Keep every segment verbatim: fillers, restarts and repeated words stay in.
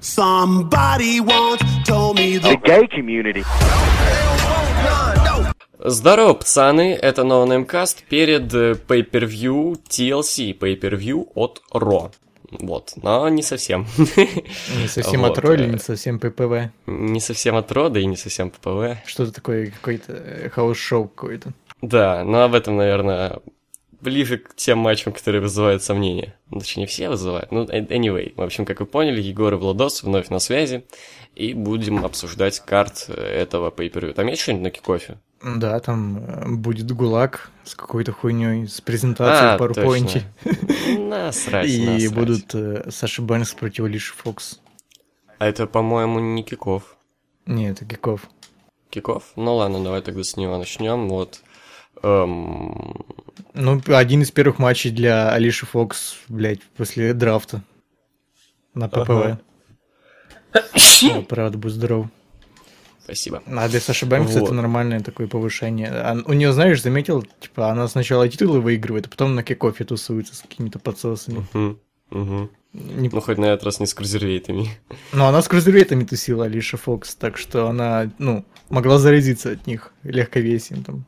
Somebody once told me the gay community. Здорово, пацаны, это NoNameCast перед Pay-Per-View ти эл си, Pay-Per-View от Raw. Вот, но не совсем. Не совсем вот. От Raw или не совсем пэ пэ вэ? Не совсем от Raw, да и не совсем пэ пэ вэ. Что-то такое, какой-то хаус-шоу какой-то. Да, но об этом, наверное, ближе к тем матчам, которые вызывают сомнения. Ну, точнее, все вызывают. Ну, anyway. В общем, как вы поняли, Егор и Владос вновь на связи. И будем обсуждать карт этого pay-per-view. Там есть что-нибудь на кикофе? Да, там будет гулаг с какой-то хуйней, с презентацией а, пару поинтей. Насрать, И насрать. будут э, Саша Бэнкс против Алиши Фокс. А это, по-моему, не кикофф. Не, это кикофф. Кикофф? Ну ладно, давай тогда с него начнем. Вот. Эм... Ну, один из первых матчей для Алиши Фокс, блядь, после драфта на пэ пэ вэ. Ага. Правда, будь здоров. Спасибо. А для Саши Бэнкс вот. Это нормальное такое повышение. А у нее, знаешь, заметил, типа, она сначала титулы выигрывает, а потом на кикоффе тусуется с какими-то подсосами. Угу, угу. Не... Ну, хоть на этот раз не с крузервейтами. Ну, она с крузервейтами тусила, Алиша Фокс, так что она, ну, могла заразиться от них легковесием там.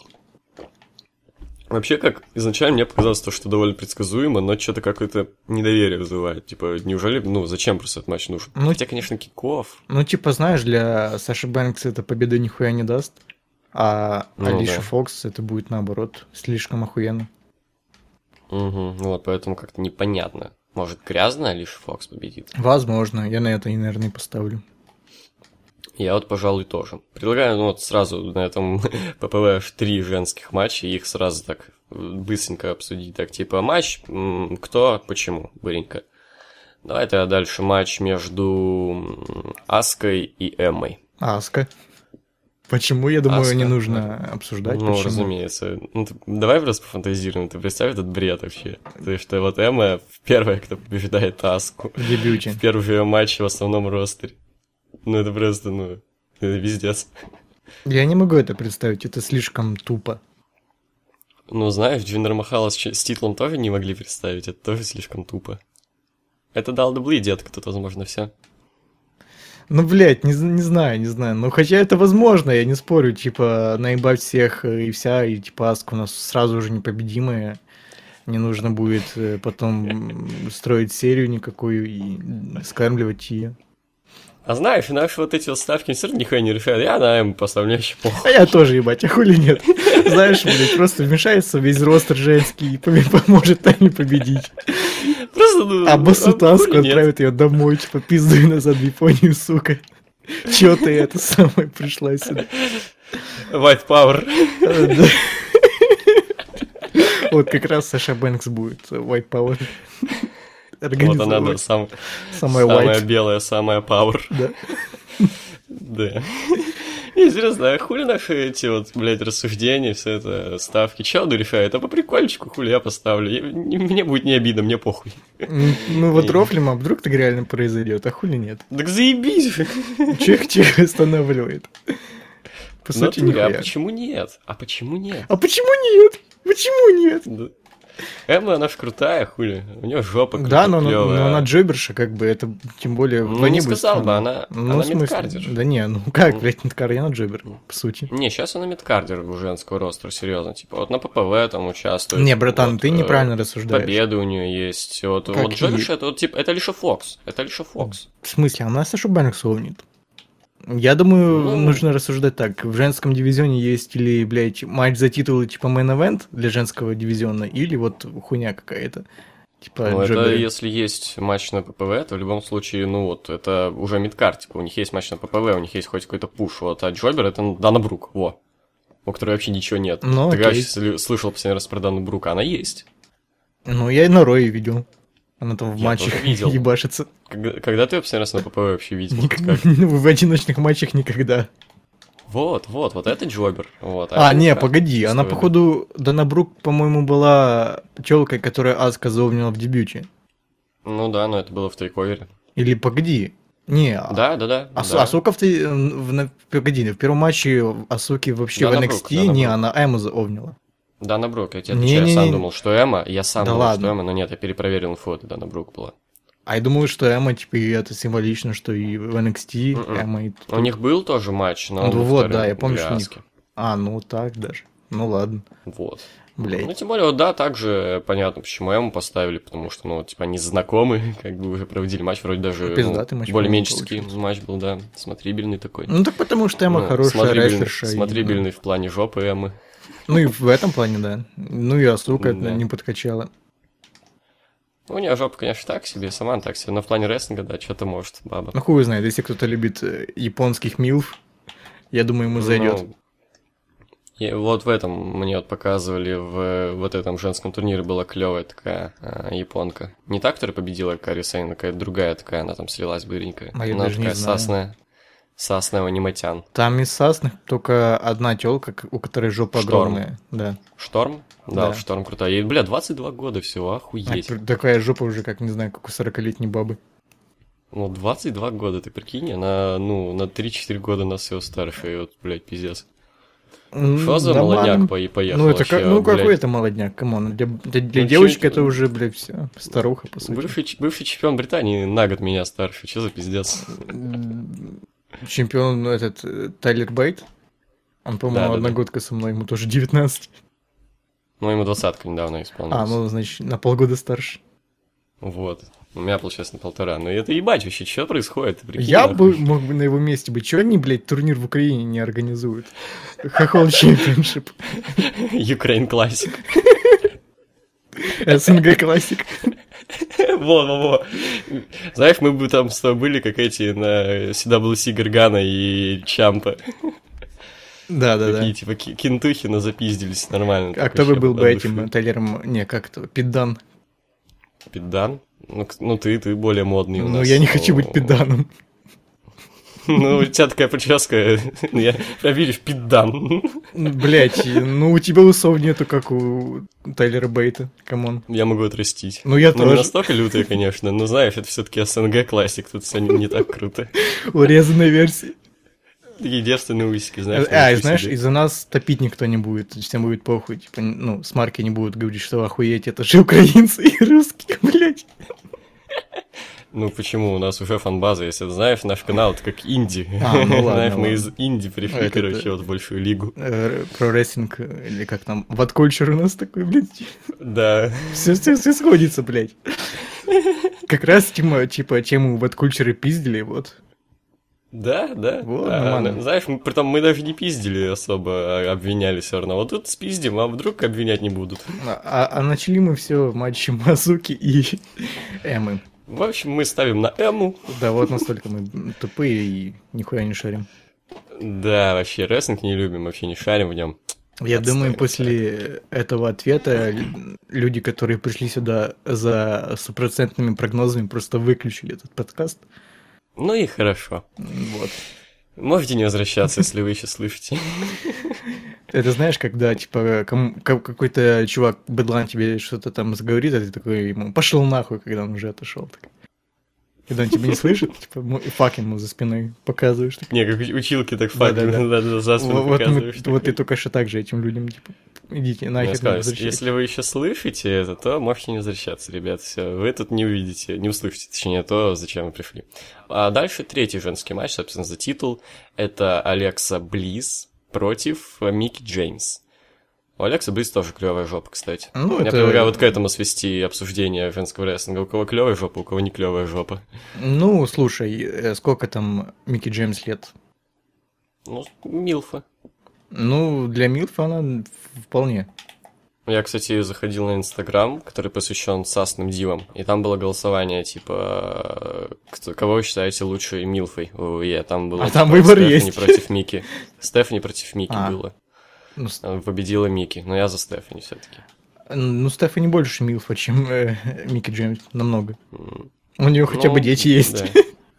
Вообще, как изначально мне показалось то, что довольно предсказуемо, но что-то какое-то недоверие вызывает. Типа, неужели, ну, зачем просто этот матч нужен? Ну, хотя, конечно, кикофф. Ну, типа, знаешь, для Саши Бэнкс это победа нихуя не даст, а ну, Алиша да. Фокс это будет, наоборот, слишком охуенно. Угу, вот, поэтому как-то непонятно. Может, грязно Алиша Фокс победит? Возможно, я на это, и, наверное, поставлю. Я вот, пожалуй, тоже. Предлагаю, ну, вот сразу на этом пэ пэ вэ аж три женских матча, их сразу так быстренько обсудить. Так, типа, матч, кто, почему, быренько. Давай тогда дальше матч между Аской и Эммой. Аска. Почему, я думаю, Аска. Не нужно обсуждать, ну, почему. разумеется. Ну, ты, давай просто пофантазируем, ты представь этот бред вообще. То, что вот Эмма первая, кто побеждает Аску. В дебюте. В первом же матче в основном ростере. Ну, это просто, ну, это пиздец. Я не могу это представить, это слишком тупо. Ну, знаешь, Джиндер Махала с, с титулом тоже не могли представить, это тоже слишком тупо. Это дабл ю дабл ю и, детка, тут, возможно, все. Ну, блядь, не, не знаю, не знаю. Ну, хотя это возможно, я не спорю, типа, наебать всех и вся, и типа Аска у нас сразу же непобедимая. Не нужно будет потом строить серию никакую и скармливать ее. А знаешь, наши вот эти вот ставки все равно нихуя не решают. Я на Эмму поставлю, мне вообще похуй. А я тоже, ебать, а хули нет? Знаешь, блядь, просто вмешается весь ростер женский и поможет Тане победить. Просто, ну... А Басутаску отправит ее домой, типа, пиздуй назад в Японию, сука. Чё ты это самое пришла сюда? White Power. Вот как раз Саша Бэнкс будет White Power. Вот она, да, сам, самая, самая белая, самая power. Да. Да. Не, серьезно, а хули наши эти вот, блядь, рассуждения, все это, ставки? Че он решает? А по прикольчику хули я поставлю. Я, не, мне будет не обидно, мне похуй. Ну вот рофлим, а вдруг так реально произойдет, а хули нет? Так заебись же. Че их тихо останавливает? По сути, нихуя. А почему нет? А почему нет? А почему нет? Почему нет? Да. Эмма, она ж крутая, хули. У нее жопа да, но, но, но она джоберша, как бы, это тем более... Ну, не сказал бы, она, ну, она мидкардер. Да не, ну как, блядь, мидкардер, она джобер, по сути. Не, сейчас она мидкардер у женского ростера, серьезно. Типа, вот на пэ пэ вэ там участвует. Не, братан, вот, ты неправильно рассуждаешь. Победы у нее есть. Вот, вот джоберша, это вот, типа, это Алиша Фокс. Это Алиша Фокс. В смысле, она Сашу Бэнкс овнит? Я думаю, ну, нужно рассуждать так. В женском дивизионе есть или, блядь, матч за титулы типа мейн-эвент для женского дивизиона, или вот хуйня какая-то. Типа ну, это если есть матч на пэ пэ вэ, то в любом случае, ну вот, это уже мидкард, типа, у них есть матч на пэ пэ вэ, у них есть хоть какой-то пуш, вот, а Джобер это Дана Брук, во, у которой вообще ничего нет. Ну, ты вообще слышал последний раз про Дану Брук, она есть. Ну, я и на Рое видел. Она там в я матчах ебашится. Когда, когда ты последний раз на пэ пэ вэ вообще видел? В одиночных матчах никогда. Вот, вот, вот это Джобер. Вот, а, а не, погоди, она, походу, Дана Брук, по-моему, была челкой, которая Аска заовнила в дебюте. Ну да, но это было в тейковере. Или погоди. Не, да, да, да. А, да. Асука в, в, погоди, в первом матче Асуки вообще Дана в эн экс ти, Брук, не, она Эмму заовнила. Дана Брук, я тебе отвечаю, я сам думал, что Эмма, я сам да думал, ладно. что Эмма, но нет, я перепроверил инфу, это Дана Брук была. А я думал, что Эмма, типа, и это символично, что и в эн экс ти Мгм. Эмма... И... У них был тоже матч, но он Ну был вот, вторым да, я помню, для что у них... Аски. А, ну так даже. Ну ладно, Вот. блядь. Ну, тем более, вот, да, также понятно, почему Эму поставили, потому что, ну, типа, они знакомы, как бы уже проводили матч, вроде даже ну, Пиздатый матч, более-меньший по-моему, матч был, да, смотрибельный такой. Ну так потому что Эмма Ну, хорошая смотрибельный, рестлерша. и- смотрибельный в плане жопы Эммы. Ну и в этом плане, да. Ну и Асука Да. не подкачала. Ну, у нее жопа, конечно, так себе, сама она так себе, но в плане рестлинга, да, что-то может, баба. Ну хуй знает, если кто-то любит э, японских милф, я думаю, ему зайдет. Ну, и вот в этом мне вот показывали, в вот этом женском турнире была клевая такая а, японка. Не та, которая победила Кари Сейн, а какая-то другая такая, она там слилась быренькая. А я Она даже не такая знаю. сасная, сасная аниматян. Там из сасных только одна телка, у которой жопа Шторм. огромная. Да. Шторм? Да, Да. Шторм крутая. Ей, бля, двадцать два года всего, А, охуеть. т- такая жопа уже, как, не знаю, как у сорокалетней бабы. Ну, двадцать два года, ты прикинь, она, ну, на три-четыре года нас всего старше, и вот, блядь, пиздец. Что за молодняк по- поехал Ну, это вообще, как, ну блядь? какой это молодняк, камон. Для, для, для Ну, девочки чё- это уже, блядь, все. Старуха, по сути. Бывший, ч- бывший чемпион Британии на год меня старше, что за пиздец? М, Чемпион ну, этот э, Тайлер Бейт. Он, по-моему, Да-да-да. одногодка со мной, ему тоже девятнадцать. Ну, ему двадцатка недавно А, исполнилась. ну, значит, на полгода старше. Вот. У меня, получается, на полтора. Ну, это ебать вообще, что происходит? Ты прикинь, Я нахуй? бы мог бы на его месте быть. Чего они, блядь, турнир в Украине не организуют? Хохол Чемпионшип. Ukraine Classic. СНГ Классик. Во, во, во. Знаешь, мы бы там с тобой были, как эти на си дабл ю си Гаргана и Чампа. Да-да-да. Такие, типа, ки- кентухи, но запиздились нормально. А так кто бы вообще, был от бы души. этим Тайлером? Не, как это? Пиддан. Пиддан? Ну, к- ну, ты, ты более модный у Ну, нас. я не хочу быть Ну, пидданом. Ну, у тебя такая прическа, я прям видишь, пиддан. Блять, ну у тебя усов нету, как у Тайлера Бейта. Камон. Я могу отрастить. Ну, я Ну, не тоже. настолько лютые, конечно, но знаешь, это все-таки СНГ классик, тут все не, не так круто. Урезанной версии. Такие девственные усики, знаешь. А, и ничего знаешь, себе. из-за нас топить никто не будет. Всем будет похуй. Типа, ну, с марки не будут говорить, что охуеть, это же украинцы и русские, блядь. Ну почему? У нас уже фан-база есть. Это, знаешь, наш канал, это как инди. А, ну ладно, Знаешь, мы ладно. из инди пришли, Это- короче, вот в большую лигу. Э, Про рестлинг, э, или как там, ваткульчер у нас такой, блядь. Да. Все, все, все сходится, блядь. Как раз, типа, типа тему ваткульчеры пиздили, вот. Да, да. Вот, А, нормально. ну, знаешь, мы, притом мы даже не пиздили особо, а обвиняли все равно. Вот тут спиздим, а вдруг обвинять не будут. А, а начали мы все матчи Мазуки и Эммы. В общем, мы ставим на Эму. Да, вот настолько мы тупые и нихуя не шарим. Да, вообще, рестлинг не любим, вообще не шарим в нем. Я Отстой, думаю, отстой. после этого ответа лю- люди, которые пришли сюда за стопроцентными прогнозами, просто выключили этот подкаст. Ну и хорошо. Вот. Можете не возвращаться, если вы еще слышите. Это знаешь, когда, типа, кому- ка- какой-то чувак, бедлан тебе что-то там заговорит, а ты такой ему пошел нахуй, когда он уже отошел. Так. Когда он тебя не слышит, типа, му- и фак ему за спиной показываешь. Так. Не, как училки так Да-да-да. факт, да, за спину Вот, мы- показываешь. вот ты только что так же этим людям, типа, идите Я нахер, сказал, не если, возвращайтесь. если вы еще слышите это, то можете не возвращаться, ребят. Все, вы тут не увидите, не услышите, точнее, то, зачем вы пришли. А дальше третий женский матч, собственно, за титул. Это Алекса Близ против э, Микки Джеймс. У Алекса Близ тоже клевая жопа, кстати. Ну, Я это- предлагаю вот к этому свести обсуждение женского рестлинга. У кого клевая жопа, у кого не клевая жопа. Ну, слушай, э, сколько там Микки Джеймс лет? Ну, Милфа. Ну, для Милфа она вполне. Я, кстати, заходил на Инстаграм, который посвящен сасным дивам, и там было голосование, типа, э, кто, кого вы считаете лучшей Милфой в ВВЕ. Там было, А типа, там выбор Стефани есть. против Мики. Стефани против Мики А. было. Ну, с- Э, Победила Мики, но я за Стефани все-таки. ну Стефани больше Милфа, чем э, Микки Джеймс, намного. У нее хотя бы Ну, дети есть. да.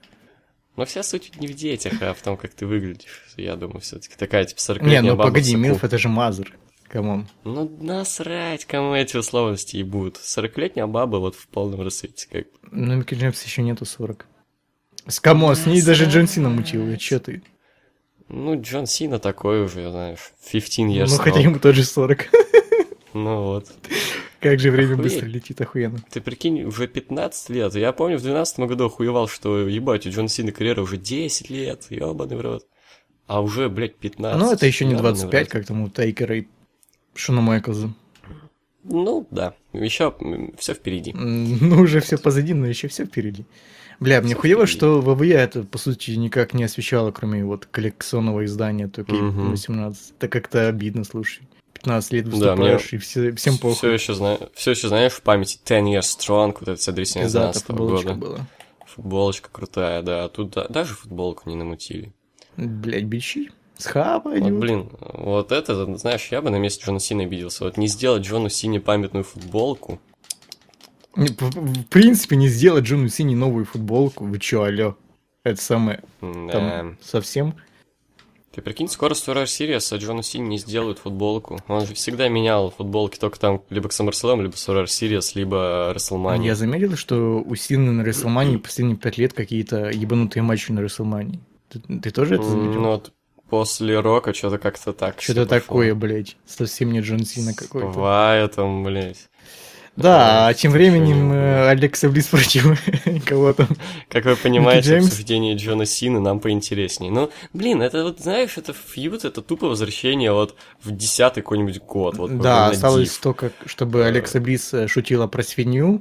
Но вся суть не в детях, а в том, как ты выглядишь. Я думаю, все-таки такая, типа, Не, сорокалетняя ну баба в погоди, соку. Милф это же Мазер. Камон. Ну, насрать, кому эти условности и будут. Сорокалетняя баба вот в полном рассвете, как. Ну, Микки Джеймс еще нету сорок. С камон, с ней даже Джон Сина мутил, и чё ты? Ну, Джон Сина такой уже, знаешь, пятнадцать years Ну, хотя strong. ему тоже сорок. Ну вот. Как же время Охуеть. быстро летит, охуенно. Ты прикинь, уже пятнадцать лет. Я помню, в двенадцатом году охуевал, что, ебать, у Джона Сины карьера уже десять лет. Ёбаный в рот. А уже, блядь, пятнадцать. Ну, это еще не Ёбаный двадцать в пять, рот. как там у Тейкера и Шона Майклза. Ну, да. Еще все впереди. М, Ну, уже все позади, но еще все впереди. Бля, мне Всё хуево, впереди. что ВВЕ это, по сути, никак не освещало, кроме вот коллекционного издания ту кей Мгм. восемнадцать. Это как-то обидно, слушай. пятнадцать лет Да, мне выступаешь, и все, всем Все похуй. еще, знаю, все еще знаешь в памяти ten years strong, вот это вся дресня из Пиздата двенадцатого футболочка года. была. Футболочка крутая, да. А тут да- даже футболку не намутили. Блять, бичи. С хаба Вот, идёт. блин, вот это, знаешь, я бы на месте Джона Сины обиделся. Вот не сделать Джону Сине памятную футболку. Не, В, в принципе, не сделать Джону Сини новую футболку. Вы чё, алё? Это самое, Да. там, совсем? Ты прикинь, скоро Survivor Series, а Джону Сине не сделают футболку. Он же всегда менял футболки только там либо к SummerSlam, либо Survivor Series, либо WrestleMania. Я заметил, что у Сины на Рестлмании последние пять лет какие-то ебанутые матчи на Рестлмании. Ты, ты тоже это М, заметил? Ну вот после Рока что-то как-то так. Что-то всё пошло. такое, блядь. Совсем не Джон Сина какой-то. С Вайтом, блядь. Да, а Ой, тем что временем же, э, Алекса Близ против кого-то. Как вы понимаете, Джеймс? обсуждение Джона Сины нам поинтереснее. Ну, блин, это вот, знаешь, это фьюд, это тупо возвращение вот в десятый какой-нибудь год. Вот, Да, на осталось Div. только, чтобы Алекса Близ э, шутила про свинью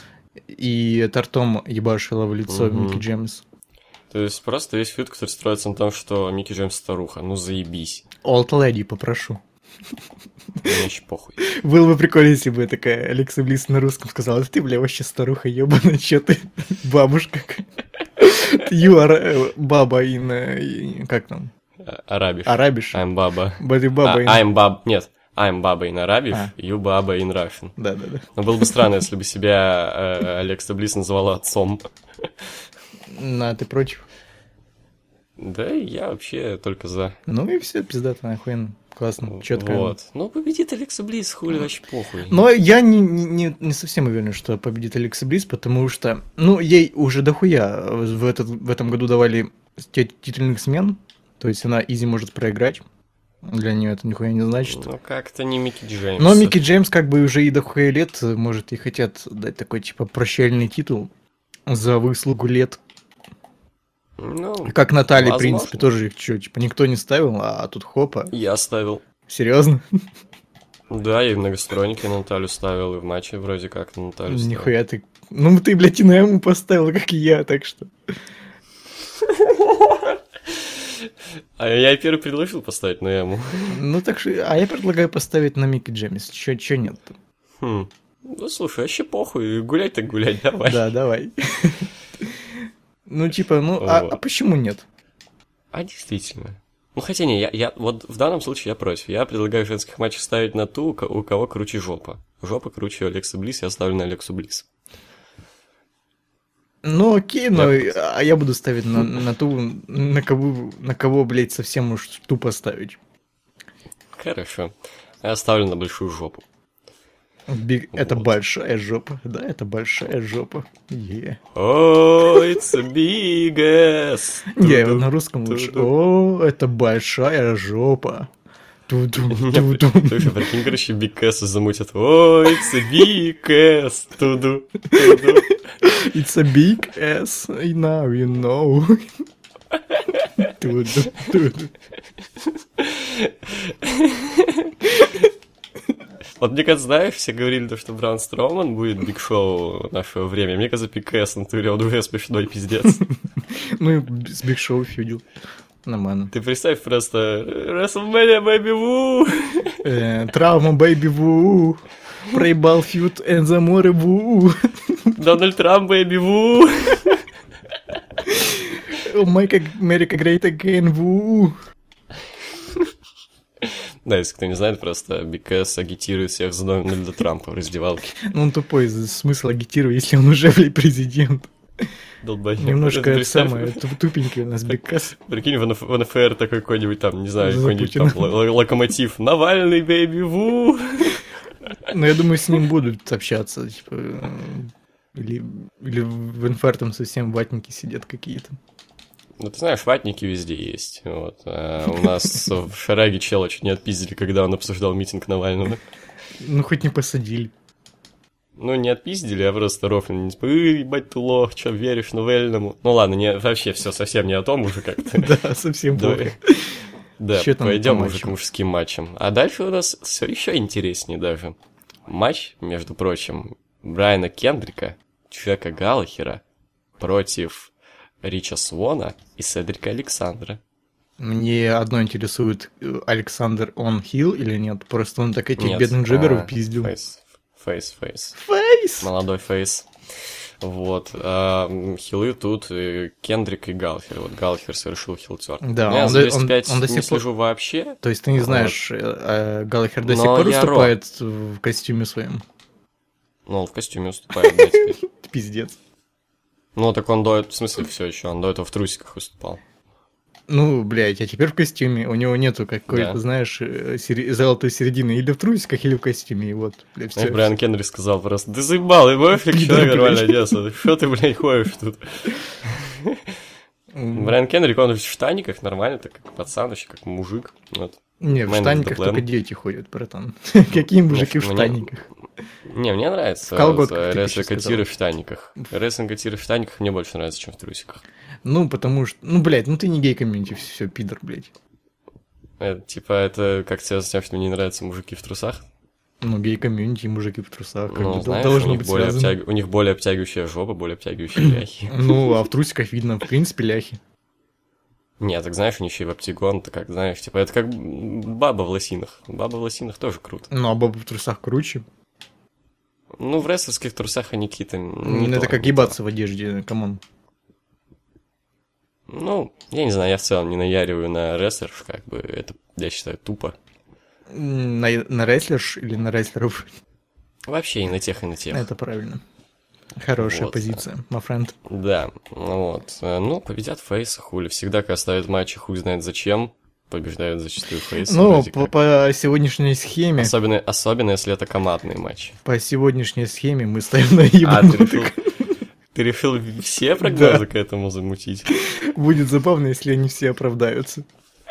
и тортом ебашила в лицо Мгм. Микки Джеймс. То есть просто весь фьюд, который строится на том, что Микки Джеймс старуха. Ну, заебись. Old Lady, попрошу. Мне еще похуй. Было бы прикольно, если бы такая Алекса Близ на русском сказала: ты, бля, вообще старуха ебаная, чё ты, бабушка. You are э, баба in... э, как там? А- Арабиш. Арабиш? I'm баба. But you баба А, in... I'm баб... Нет. I'm баба in Arabish, А. you баба in Russian. Да-да-да. Но было бы странно, если бы себя э, Алекса Близ называла отцом. На, ты против? Да, и я вообще только за. Ну и все, пиздато, охуенно. Классно, четко. Вот. Ну, победит Алекса Близ, хули вообще похуй. Но я не, не, не- не совсем уверен, что победит Алекса Близ, потому что, ну, ей уже дохуя в, этот, в этом году давали ти- титульных смен, то есть она изи может проиграть. Для нее это нихуя не значит. Ну, как-то не Микки Джеймс. Но Микки Джеймс как бы уже и дохуя лет, может, и хотят дать такой, типа, прощальный титул за выслугу лет. Ну, Как Наталья, в возможно. принципе, тоже их что, типа, никто не ставил, а тут хопа. Я ставил. Серьезно? Да, я и в многостороннике на Наталью ставил, и в матче вроде как на Наталью ставил. Нихуя ты. Ну ты, блядь, и на ему поставил, как и я, так что. А я и первый предложил поставить на Эму. Ну так что. А я предлагаю поставить на Микки Джеймс. Чё, чё нет? Хм. Ну, слушай, вообще похуй, гулять так гулять, давай. Да, давай. Ну, типа, ну, а, Вот. а почему нет? А действительно. Ну, хотя не, я, я вот в данном случае я против. Я предлагаю в женских матчах ставить на ту, у ко- у кого круче жопа. Жопа круче Алекса Близ, я ставлю на Алексу Близ. Ну, окей, но Я- а я буду ставить на, на ту, на кого, на кого, блядь, совсем уж тупо ставить. Хорошо. Я ставлю на большую жопу. Биг- Это Вот. большая жопа. Да, это большая жопа. Е. Oh, it's a big ass. Я его Ту-ду, на русском лучше. ту-ду. О, это большая жопа. Ту-ду, ту-ду. Слушай, прикинь, короче, big ass замутят. Oh, it's a big ass. Туду, туду. It's a big ass, and now you know. Туду, туду. Вот мне кажется, знаешь, все говорили, то, что Браун Строуман будет биг шоу нашего времени. Мне кажется, биг эс, на туре, он уже смешной пиздец. Ну и с Биг Шоу фьюдил. Нормально. Ты представь просто WrestleMania, baby, woo! Э, Травма, бэйби, ву. Проебал фьюд, Энзо Море, ву. Дональд Трамп, baby, woo! Make America Great Again, ву. Да, если кто не знает, просто Биг Эс агитирует всех за Дональда Трампа в раздевалке. Ну он тупой, смысл агитировать, если он уже, блядь, президент. Долбоёб. Немножко Это это представь, самое, туп- тупенький у нас Биг Эс. Прикинь, в эн эф эр такой какой-нибудь там, не знаю, За какой-нибудь Путина. там л- л- локомотив. Навальный, baby, ву! Но я думаю, с ним будут общаться, типа... э, Или, или в инфар там совсем ватники сидят какие-то. Ну, ты знаешь, ватники везде есть. Вот. А у нас в Шараге чела чуть не отпиздили, когда он обсуждал митинг Навального. Ну, хоть не посадили. Ну, не отпиздили, а просто рофлили. Типа, «Эй, ебать ты лох, чё веришь Новельному?» Ну ладно, не, вообще все совсем не о том уже как-то. Да, совсем плохо. Да, Чё там пойдем по уже к матчам? мужским матчам. А дальше у нас все еще интереснее даже. Матч, между прочим, Брайана Кендрика, Джека Галлахера против Рича Свона и Седрика Александра. Мне одно интересует, э, Александр он хил или нет? Просто он так этих Нет, бедных а, джиггеров пиздил. Фейс, фейс, фейс. Фейс! Молодой фейс. Вот. А, хилы тут э, Кендрик и Галлахер. Вот Галлахер совершил хилтерн. Да, Я он за до- двести пять он- он до не сих пор- слежу вообще. То есть ты не Вот. знаешь, э, э, Галлахер до сих Но пор я выступает в костюме своем? Ну, он в костюме уступает, да, теперь. Пиздец. Ну, так он до этого, в смысле, все еще, он до этого в трусиках выступал. Ну, блядь, а теперь в костюме. У него нету какой-то, Да. знаешь, э, сери- золотой середины. Или в трусиках, или в костюме. И вот, блядь, Знаешь, все. Брайан Кендрик сказал просто: ты заебал, и Бэфлик Пидор, человек нормально блядь. одеться. Что ты, блядь, ходишь тут? Брайан Кендрик, он в штаниках нормально, так как пацан, еще как мужик. Вот. Не, в Man of the штаниках plan. только дети ходят, братан. Какие мужики в мне- штаниках? Не, мне нравится В колготках, ты рестлинг-катиры почти в штаниках. Рестлинг-катиры в штаниках мне больше нравится, чем в трусиках. Ну, потому что... Ну, блядь, ну ты не гей-комьюнити, все, пидор, блядь. Это, типа, это как связано с тем, что мне не нравятся мужики в трусах? Ну, гей-комьюнити и мужики в трусах, как Ну, бы, знаешь, у должно них, быть более связано. обтяг- у них более обтягивающая жопа, более обтягивающие ляхи. Ну, а в трусиках видно, в принципе, ляхи. Нет, так знаешь, у них еще и ваптигон, то как, знаешь, типа, это как баба в лосинах. Баба в лосинах тоже круто. Ну, а бабы в трусах круче. Ну, в рестлерских трусах они какие-то не Ну, это то, как не ебаться в одежде, камон. то. Ну, я не знаю, я в целом не наяриваю на рестлеров, как бы, это, я считаю, тупо. На, на рестлерш или на рестлеров? Вообще и на тех, и на тех. Это правильно. Хорошая Вот, позиция, my friend. Да, вот. Э, Ну, победят фейсы, хули. Всегда, когда ставят матчи, хуй знает зачем, побеждают зачастую фейсы. Ну, вроде по, как. по сегодняшней схеме, Особенно, особенно, если это командные матчи. по сегодняшней схеме мы ставим на А, ты решил, ебанутых. ты решил все прогнозы к этому замутить? Будет забавно, если они все оправдаются.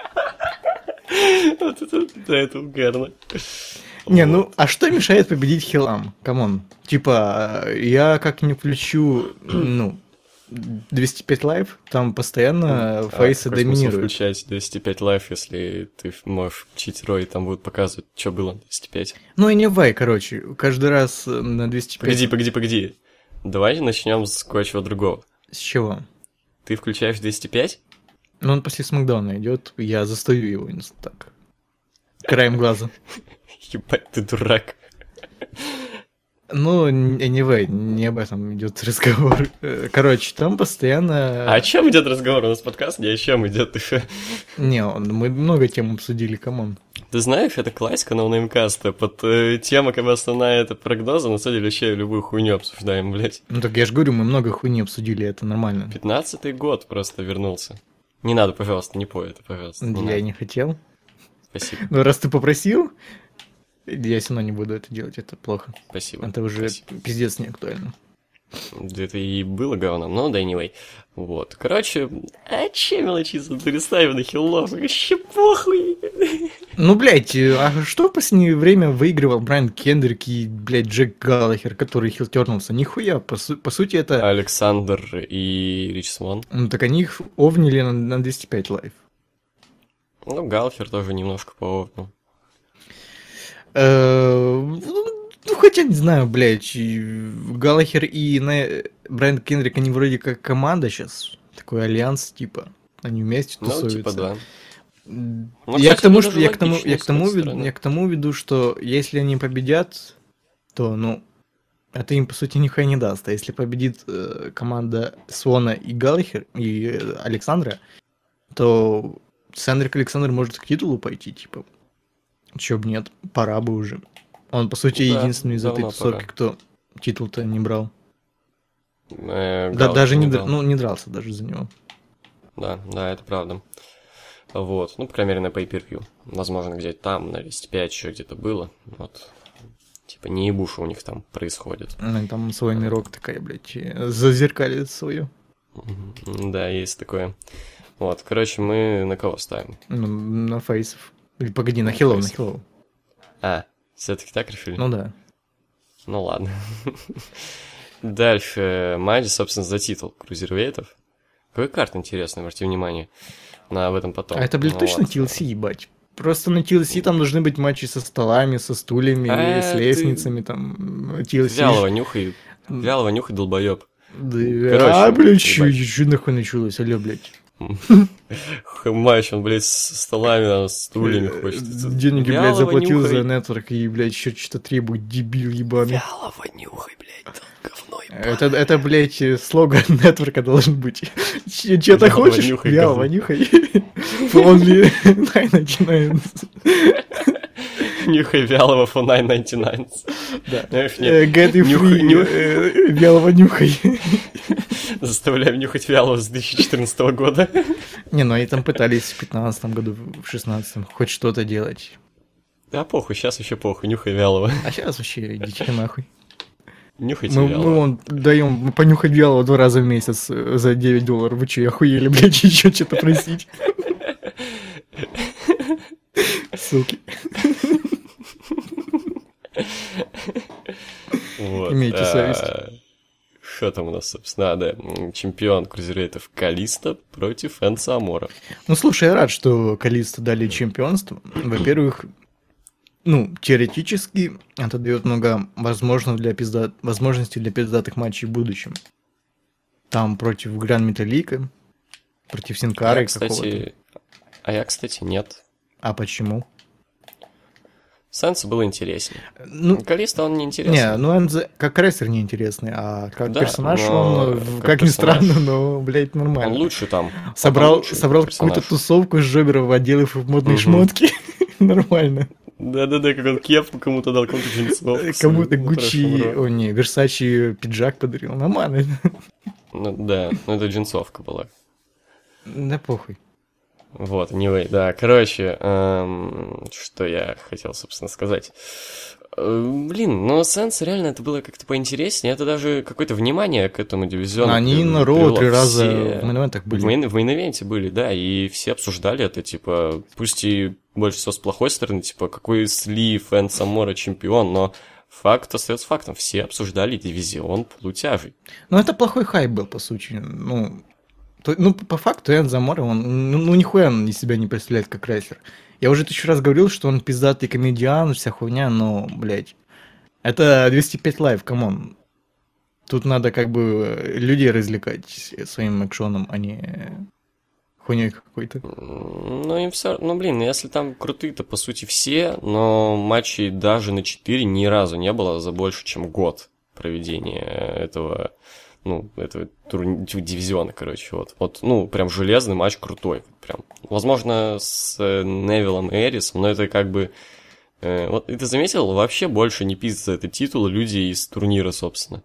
Вот это, да, это угарно. Не, Вот. ну, а что мешает победить хилам? Камон. Типа, я как не включу, ну, двести пять лайв, там постоянно А фейсы какой смысл доминируют. включать двести пять лайф, если ты можешь чить рой, и там будут показывать, что было на двести пять. Ну, и не вай, короче, каждый раз на двести пять... Погоди, погоди, погоди. Давай начнем с кое-чего другого. С чего? Ты включаешь двести пять? Ну, он после Смакдауна идет, я застаю его не так. Краем глаза. Ебать, ты дурак. Ну, anyway, не об этом идет разговор. Э, Короче, там постоянно... А о чем идет разговор? У нас подкаст не о чем идет. Ты, шо? Не, он- мы много тем обсудили, камон. Ты знаешь, это классика ноунеймкаста. Под э, тема, как бы основная, это прогноза, на самом деле вообще любую хуйню обсуждаем, блядь. Ну так я же говорю, мы много хуйни обсудили, это нормально. Пятнадцатый год просто вернулся. Не надо, пожалуйста, не пой это, пожалуйста. Не Я надо. и не хотел. Спасибо, Но раз ты попросил, я все равно не буду это делать, это плохо. спасибо. Это уже спасибо. пиздец не актуально. Да это и было говном, но да anyway. Вот. Короче, а че мелочиться? Переставим на хиллов, вообще похуй. Ну, блядь, э, а что в последнее время выигрывал Брайан Кендрик и, блядь, Джек Галлахер, который хилтернулся? Нихуя, по, су- по сути это... Александр и Рич Свон. Ну, так они их овнили на, на двести пять лайв. Ну, Галфер тоже немножко поовнил. Э, Ну, хотя, не знаю, блядь, и Галлахер и на- Брайан Кендрик, они вроде как команда сейчас, такой альянс, типа, они вместе Ну, тусуются. типа, да. М, Ну, я кстати, к тому, это что даже я к тому, логично, я к с тому, одной веду, стороны. я к тому веду, что если они победят, то, ну, это им, по сути, нихуя не даст. А если победит э, команда Свона и Галлахер, и э, Александра, то Сендрик Александр может к титулу пойти, типа. Чё б нет, пора бы уже. Он, по сути, Да, единственный из этой давно тусовки, пора. кто титул-то не брал. Э, Да, Галфер даже не, брал. др- ну, не дрался даже за него. Да, да, это правда. Вот, ну, по крайней мере, на pay-per-view. Возможно, где-то там, на двести пять еще где-то было. Вот. Типа, не ебуша у них там происходит. Ну, и там свой мирок такая, блядь, э, зазеркалит свою. Мгм. Да, есть такое. Вот, короче, мы на кого ставим? Ну, на фейсов. Или, погоди, на хилов, на фейсов. хилов. А, все-таки так решили? Ну да. Ну ладно. Дальше матч, собственно, за титул крузервейтов. Какой карт интересный, обратите внимание. На, в этом потом. А это, блин, ну, точно вот. ти эл си, ебать? Просто на ти эл си там должны быть матчи со столами, со стульями, А с ты лестницами, там, ти эл си. Вялого нюхай, вялого нюхай, долбоёб. Да, Короче, а, блядь, чё, ебать. чё нахуй началось, алё, блядь. Матч, он, блядь, с столами, там, с стульями хочет. Деньги, блядь, Вялого заплатил нюхай. за нетворк и, блядь, еще что-то требует, дебил ебаный. Вялого нюхай, блядь, тут говно ебаное. Это, это, блядь, слоган нетворка должен быть. Че- Че-то Вялого хочешь? нюхай, Вялого говно. нюхай. Only nine ninety-nine. Нюхай вялого for nine ninety-nine. Да. Знаешь, Э, нет, Get it нюхай- free. нюх- э, Вялого нюхай. заставляем нюхать вялого с две тысячи четырнадцатого года. Не, ну они там пытались в пятнадцатом году, в шестнадцатом хоть что-то делать. Да похуй, сейчас вообще похуй, нюхай вялого. А сейчас вообще идите нахуй. Нюхайте Мы, мы вялого. вон даем понюхать вялого два раза в месяц э, за девять долларов. Вы че, охуели, блядь, еще что-то просить? Суки. Вот, Имейте а, совесть. Что там у нас, собственно, а, да, м, чемпион крузервейтов Калиста против Энца Амора. Ну, слушай, я рад, что Калисту дали чемпионство. Во-первых, ну, теоретически это дает много возможно для пизда... возможностей для пиздатых матчей в будущем. Там против Гран Металлика, против А Синкара я, какого-то. кстати, а я, кстати, нет. А почему? С Энцем было интереснее. Ну, Калиста, он не интересный. не, ну Энзе как рестлер неинтересный, а как Да, персонаж но он, э, как как, ни персонаж странно, но, блядь, Он нормально. лучше там. Собрал, он лучше собрал персонаж. какую-то тусовку с Жоберов, оделив их в модные Мгм. шмотки. Нормально. Да-да-да, как он кепку кому-то дал, кому-то джинсов. Кому-то Ну, Гуччи, хорошо, бро. о не, Версачи пиджак подарил. Нормально. Ну да, ну это джинсовка была. Да похуй. Вот, anyway, да, короче, эм, что я хотел, собственно, сказать. Э, Блин, ну Сенс реально это было как-то поинтереснее, это даже какое-то внимание к этому дивизиону. Они при- на Роу привело. три раза Все- в мейн-ивентах В были. мейн- в мейн-ивенте были, да, и все обсуждали это, типа, пусть и больше всего с плохой стороны, типа, какой слив, Энн Самора чемпион, но факт остается фактом, все обсуждали дивизион полутяжей. Ну, это плохой хайп был, по сути. Ну, то- ну по факту, Энн Замора, он, ну, ну, нихуя он из себя не представляет как рестлер. Я уже тысячу раз говорил, что он пиздатый комедиан, вся хуйня, но, блядь, это двести пять лайв, камон. Тут надо как бы людей развлекать своим экшоном, а не хуйней какой-то. М, Ну, им все, ну, блин, если там крутые-то, по сути, все, но матчей даже на четыре ни разу не было за больше, чем год проведения этого, ну, этого турни- дивизиона, короче, вот. Вот, ну, прям железный матч крутой, прям. Возможно, с э, Невиллом и Эрисом, но это как бы... э, вот, и ты заметил, вообще больше не пиздят за этот титул люди из турнира, собственно.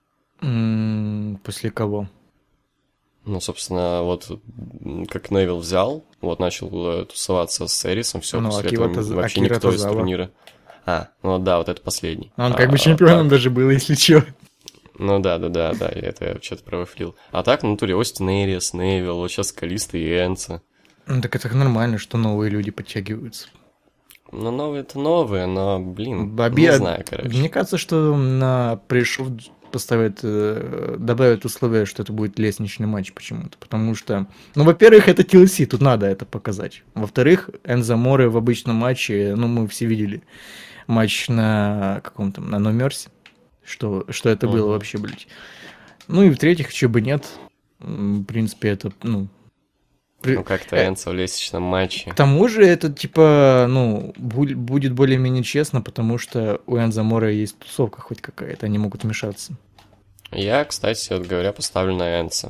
М, После кого? Ну, собственно, вот м, как Невилл взял, вот начал э, тусоваться с Эрисом, все, Ну, после Акива этого Тоза- вообще Акира никто из Тозава. турнира. А, ну да, вот это последний. Он А, как бы чемпионом так- даже был, если чё. Ну да, да, да, да, это я что-то провафлил. А так, в натуре, Остин Эрис, Невилл, вот сейчас Калиста и Энца. Ну, так это нормально, что новые люди подтягиваются. Ну, новые-то новые, но, блин, Баби- не знаю, короче. Мне кажется, что на пришел поставят, э, добавят условия, что это будет лестничный матч почему-то. Потому что, ну, во-первых, это ти эл си, тут надо это показать. Во-вторых, Энзо Море в обычном матче, ну, мы все видели матч на каком-то, на No Mercy, что, что это было Мгм. вообще, блядь. Ну, и в-третьих, чего бы нет, м, в принципе, это, ну... при- Ну, как-то э, Энца в лестничном матче. К тому же это, типа, ну, бу- будет более-менее честно, потому что у Энзо Мора есть тусовка хоть какая-то, они могут вмешаться. Я, кстати, вот говоря, поставлю на Энца.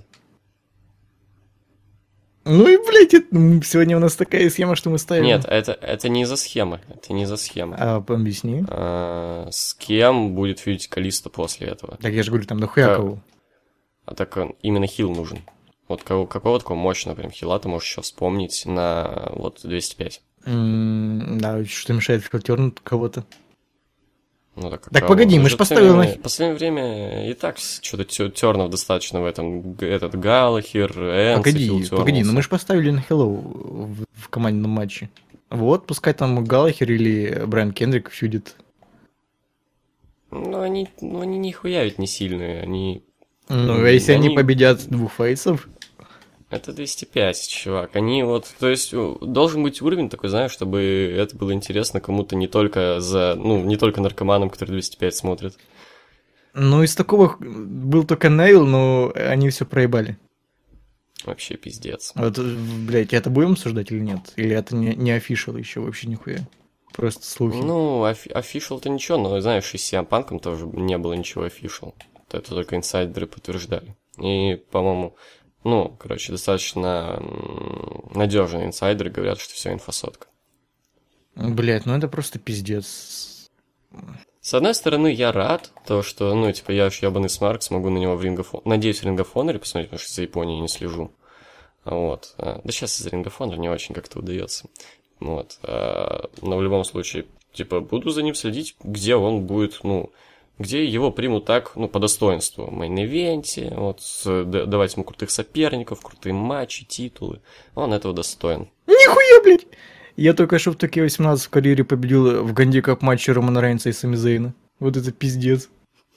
Ну и, блядь, это- м, сегодня у нас такая схема, что мы ставим... Нет, это, это не из-за схемы, это не из-за схемы. А, объясни. А, с кем будет фьюдить Калиста после этого? Так я же говорю, там дохуя Да. кого. А так он- именно хил нужен. Вот кого, какого такого мощного прям хила ты можешь еще вспомнить на вот двести пять. М, Да, что мешает филтернуть кого-то. Ну, так, Так кого? погоди, мы Уже ж поставил последнее- на- последнее время и так что-то тернов достаточно в этом. Г- Этот Галлахер, Энс, Погоди, погоди, ну мы же поставили на Hello в, в командном матче. Вот, пускай там Галлахер или Брайан Кендрик фьюдит. Ну, они, ну, они нихуя ведь не сильные, они... Ну, а если они победят двух фейсов? Это двести пять, чувак. Они вот, то есть, должен быть уровень такой, знаешь, чтобы это было интересно кому-то не только за, ну, не только наркоманам, которые двести пять смотрят. Ну, из такого был только Невил, но они все проебали. Вообще пиздец. Вот, блядь, это будем обсуждать или нет? Или это не, не official еще вообще нихуя? Просто слухи. Ну, official-то ничего, но, знаешь, и с си эм Punk'ом тоже не было ничего official. Это только инсайдеры подтверждали. И, по-моему, ну, короче, достаточно надежные инсайдеры говорят, что все инфосотка. Блядь, ну это просто пиздец. С одной стороны, я рад, то, что, ну, типа, я уж ебаный смарк, смогу на него в Ring of Honor, надеюсь, в Ring of Honor посмотреть, потому что за Японией не слежу. Вот. Да сейчас из Ring of Honor не очень как-то удается. Вот. Но в любом случае, типа, буду за ним следить, где он будет, ну, где его примут так, ну, по достоинству. В мейн-ивенте, вот, с, давать ему крутых соперников, крутые матчи, титулы. Он этого достоин. Нихуя, блядь! Я только что в Токио восемнадцать в карьере победил в гандикап матче Романа Рейнса и Сами Зейна. Вот это пиздец.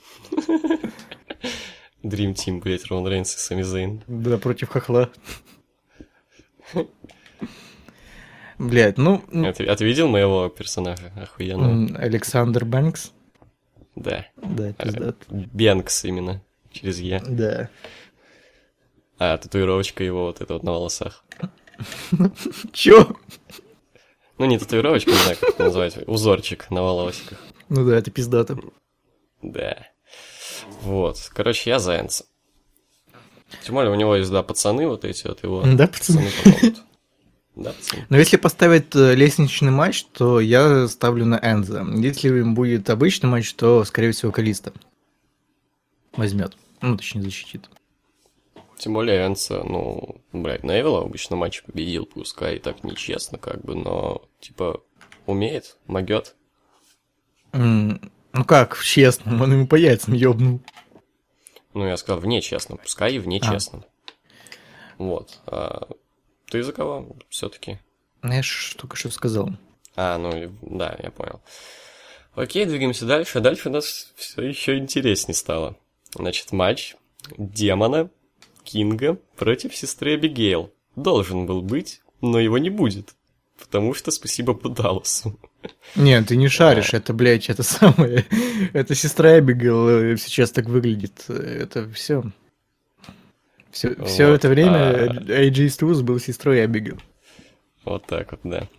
Dream Team, блядь, Роман Рейнс и Сами Зейн. Да, против хохла. Блядь, ну... А ты, а ты видел моего персонажа? Охуенно. Александр Бэнкс? Да. Да, пиздат. Бенкс именно, через Е. Да. А, татуировочка его вот эта вот на волосах. Чё? Ну, не татуировочка, не знаю, как это назвать, узорчик на волосиках. Ну да, это пиздато. Да. Вот, короче, я за Энца. Тем более у него есть, да, пацаны вот эти вот его. Да, пацаны? Помогут. Да, пацаны. Но если поставить лестничный матч, то я ставлю на Энза. Если будет обычный матч, то, скорее всего, Калиста возьмет. Ну, точнее, защитит. Тем более Энца, ну, блядь, Невилла обычно матч победил, пускай и так нечестно, как бы, но, типа, умеет, могет. Mm, ну как, честно, он ему по яйцам ёбнул. Ну, я сказал, вне честно, пускай и вне честно. А. Вот. А ты за кого все-таки? Я ж только что сказал. А, ну, да, я понял. Окей, двигаемся дальше. Дальше у нас все еще интереснее стало. Значит, матч Демона Кинга против сестры Абигейл. Должен был быть, но его не будет. Потому что спасибо Будалусу. Нет, ты не шаришь, это, блядь, это самое... Это сестра Абигейл сейчас так выглядит. Это все. Все, вот. все это время эй джей Styles был сестрой Абигейл. Вот так вот, да.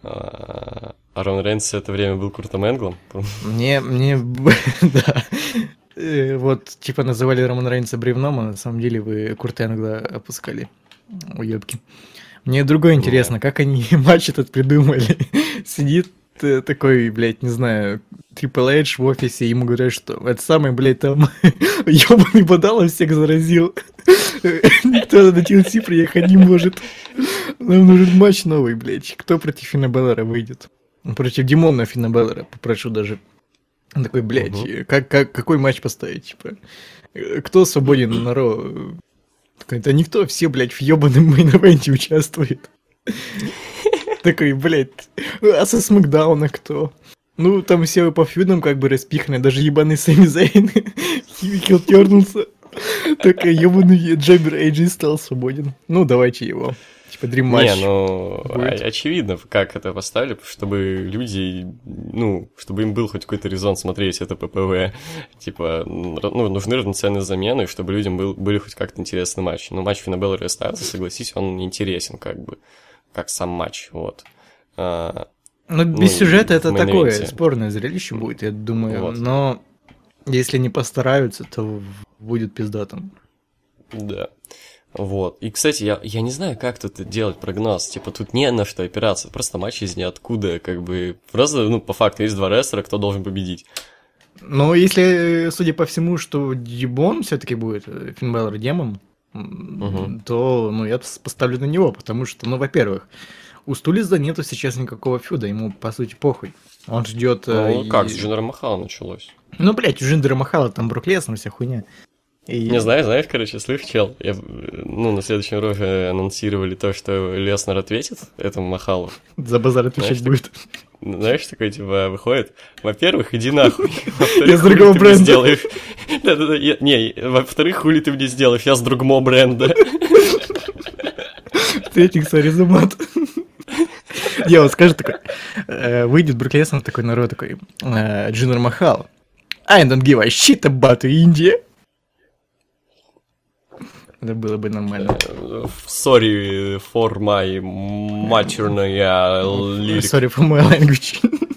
А Роман Рейнс все это время был Куртом Энглом? Мне, мне, да. Вот, типа, называли Романа Рейнса бревном, а на самом деле вы Курта Энгла опускали. Уёбки. Мне другое интересно, как они матч этот придумали. Сидит такой, блядь, не знаю, Трипл Эйдж в офисе, ему говорят, что это самый, блядь, там ёбаный Бадала всех заразил. Никто на ти эл си приехать не может. Нам нужен матч новый, блядь. Кто против Финна Беллера выйдет? Против Димона Финна Беллера, попрошу даже. Он такой, блядь, угу. как, как, какой матч поставить, типа? Кто свободен на Ро? Такой, да никто, все, блядь, в ёбаном мейн-эвенте участвует. Такой, блядь, а со Смакдауна кто? Ну, там все по фьюдам как бы распиханы, даже ебаный Сами Зейн хил тернулся. Такой ебаный джабер эй джей стал свободен. Ну, давайте его. Типа Dream Match. Не, ну, будет. Очевидно, как это поставили, чтобы люди, ну, чтобы им был хоть какой-то резон смотреть это ППВ. Типа, ну, нужны равноценные замены, чтобы людям был, были хоть как-то интересные матчи. Но матч Финна Беллера и Стайлза, согласись, он не интересен, как бы, как сам матч, вот. А, ну, без ну, сюжета это такое спорное зрелище будет, я думаю, вот. Но если не постараются, то будет пиздатым. Да. Вот. И, кстати, я, я не знаю, как тут делать прогноз. Типа, тут не на что опираться. Просто матч из ниоткуда, как бы... Просто, ну, по факту, есть два рестлера, кто должен победить. Ну, если, судя по всему, что Дибон все-таки будет Финн Беллер демон, угу. то, ну, я поставлю на него, потому что, ну, во-первых, у Стулиза нету сейчас никакого фьюда, ему, по сути, похуй. Он ждет. Ну, и... как, с Джиндера Махала началось. Ну, блядь, у Джиндера Махала там Брок Леснар, вся хуйня. И... Не знаю, знаешь, короче, слышь, чел, я, ну, на следующем роге анонсировали то, что Леснар ответит этому Махалу. За базар отвечать знаешь, будет. знаешь, такой, типа, выходит, во-первых, иди нахуй. Я с другого бренда. Сделаешь. Да-да-да, не, во-вторых, хули ты мне сделаешь, я с другого бренда. В-третьих, сори за мат. Я вот скажу такой, выйдет Брок Леснар, такой народ, такой, Джиннер Махал, I don't give a shit about India. Это было бы нормально. Sorry for my maturity lyric. Sorry for my language.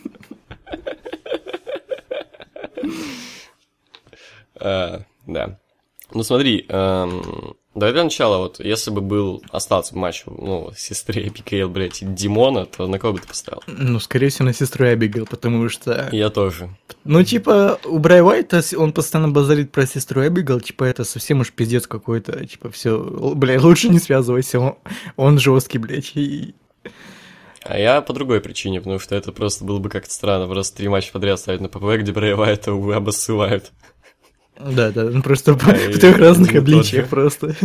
uh, да. Ну смотри, эм, давай для начала, вот, если бы был, остался матч, ну, сестры Эбигейл, блядь, и Димона, то на кого бы ты поставил? Ну, скорее всего, на сестру Эбигейл, потому что... Я тоже. Ну, типа, у Брай Уайта, он постоянно базарит про сестру Эбигейл, типа, это совсем уж пиздец какой-то, типа, все, блядь, лучше не связывайся, он, он жесткий, блядь, и... А я по другой причине, потому что это просто было бы как-то странно, просто три матча подряд ставить на ППВ, где Брай Уайта, увы, обоссывают. Да, да, ну просто в трех разных обличиях просто.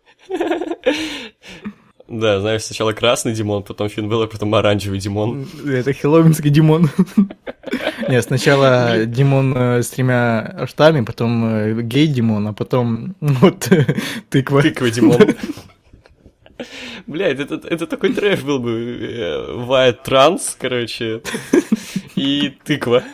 Да, знаешь, сначала красный Димон, потом Финн Бэлор, потом оранжевый Димон. Это хэллоуинский Димон. Нет, сначала Димон с тремя штами, потом гей Димон, а потом вот тыква. Тыква Димон. Блядь, это, это такой трэш был бы. White Trans, короче, и тыква.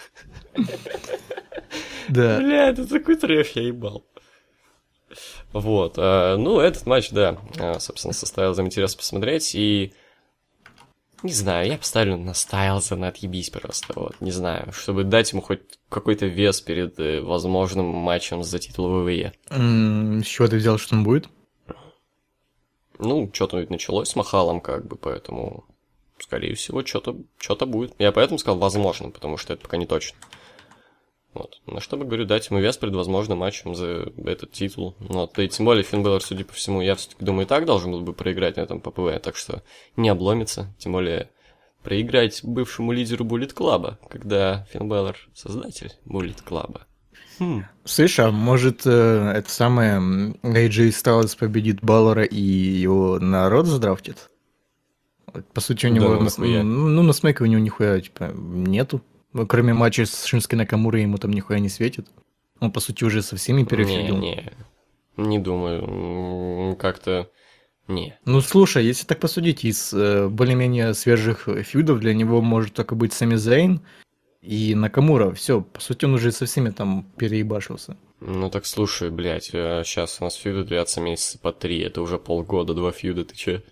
Да. Бля, это такой трэш, я ебал. Вот, а, ну, этот матч, да, собственно, составил за интерес посмотреть, и... Не знаю, я поставлю на Стайлза, на отъебись просто, вот, не знаю, чтобы дать ему хоть какой-то вес перед э, возможным матчем за титул ВВЕ. Mm, с чего ты взял, что он будет? Ну, что-то ведь началось с Махалом, как бы, поэтому, скорее всего, что-то, что-то будет. Я поэтому сказал возможно, потому что это пока не точно. Вот. На что бы, говорю, дать ему вес перед возможным матчем за этот титул. Вот. И тем более Финн Бэлор, судя по всему, я все-таки думаю, и так должен был бы проиграть на этом ППВ, так что не обломится. Тем более проиграть бывшему лидеру Bullet Club, когда Финн Бэлор создатель Bullet Club. Хм. Слышь, а может э, это самое эй джей Styles победит Баллора и его народ задрафтит? По сути, у Да, него ну, на, нахуя? ну, на смеке у него нихуя типа нету. Ну, кроме матча с Шинской Накамурой ему там нихуя не светит. Он, по сути, уже со всеми перефидил. Не, не, не думаю. Как-то... Не. Ну, слушай, если так посудить, из э, более-менее свежих фьюдов для него может только быть Сами Зейн и Накамура. Все, по сути, он уже со всеми там переебашился. Ну так слушай, блядь, сейчас у нас фьюды длятся месяца по три, это уже полгода, два фьюда, ты че?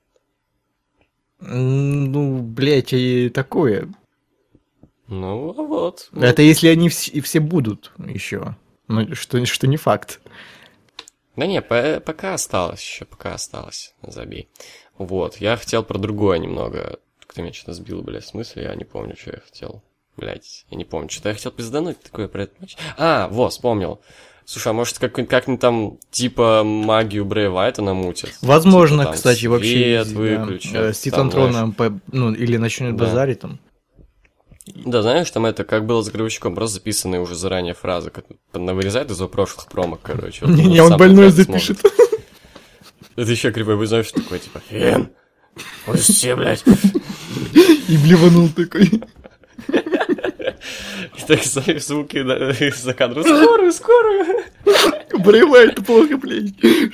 Ну, блядь, и такое... Ну, а вот. Это если они вс- все будут еще. Ну, что, что не факт. Да не, по- пока осталось еще, пока осталось, забей. Вот, я хотел про другое немного. Ты меня что-то сбил, блядь, в смысле? Я не помню, что я хотел. Блядь, я не помню, что я хотел пиздануть такое про этот матч. А, вот, вспомнил. Слушай, а может как- как-нибудь там типа магию Брэй Уайта намутят? Возможно, типа, там, кстати, вообще... свет выключат. Да, с там, Титантроном, по- ну, или начнет Да. базарить там. Да, знаешь, там это, как было с Гробовщиком, просто записанные уже заранее фразы, как вырезает из его прошлых промок, короче. Вот, Не-не, вот он сам больной прекрасно запишет. сможет. Это еще кривой, вы знаете, что такое, типа, Фен, пусти, блядь. И блеванул такой. И так знаешь, звуки да, за кадром, скорую, скорую. Брейвайт плохо, блядь.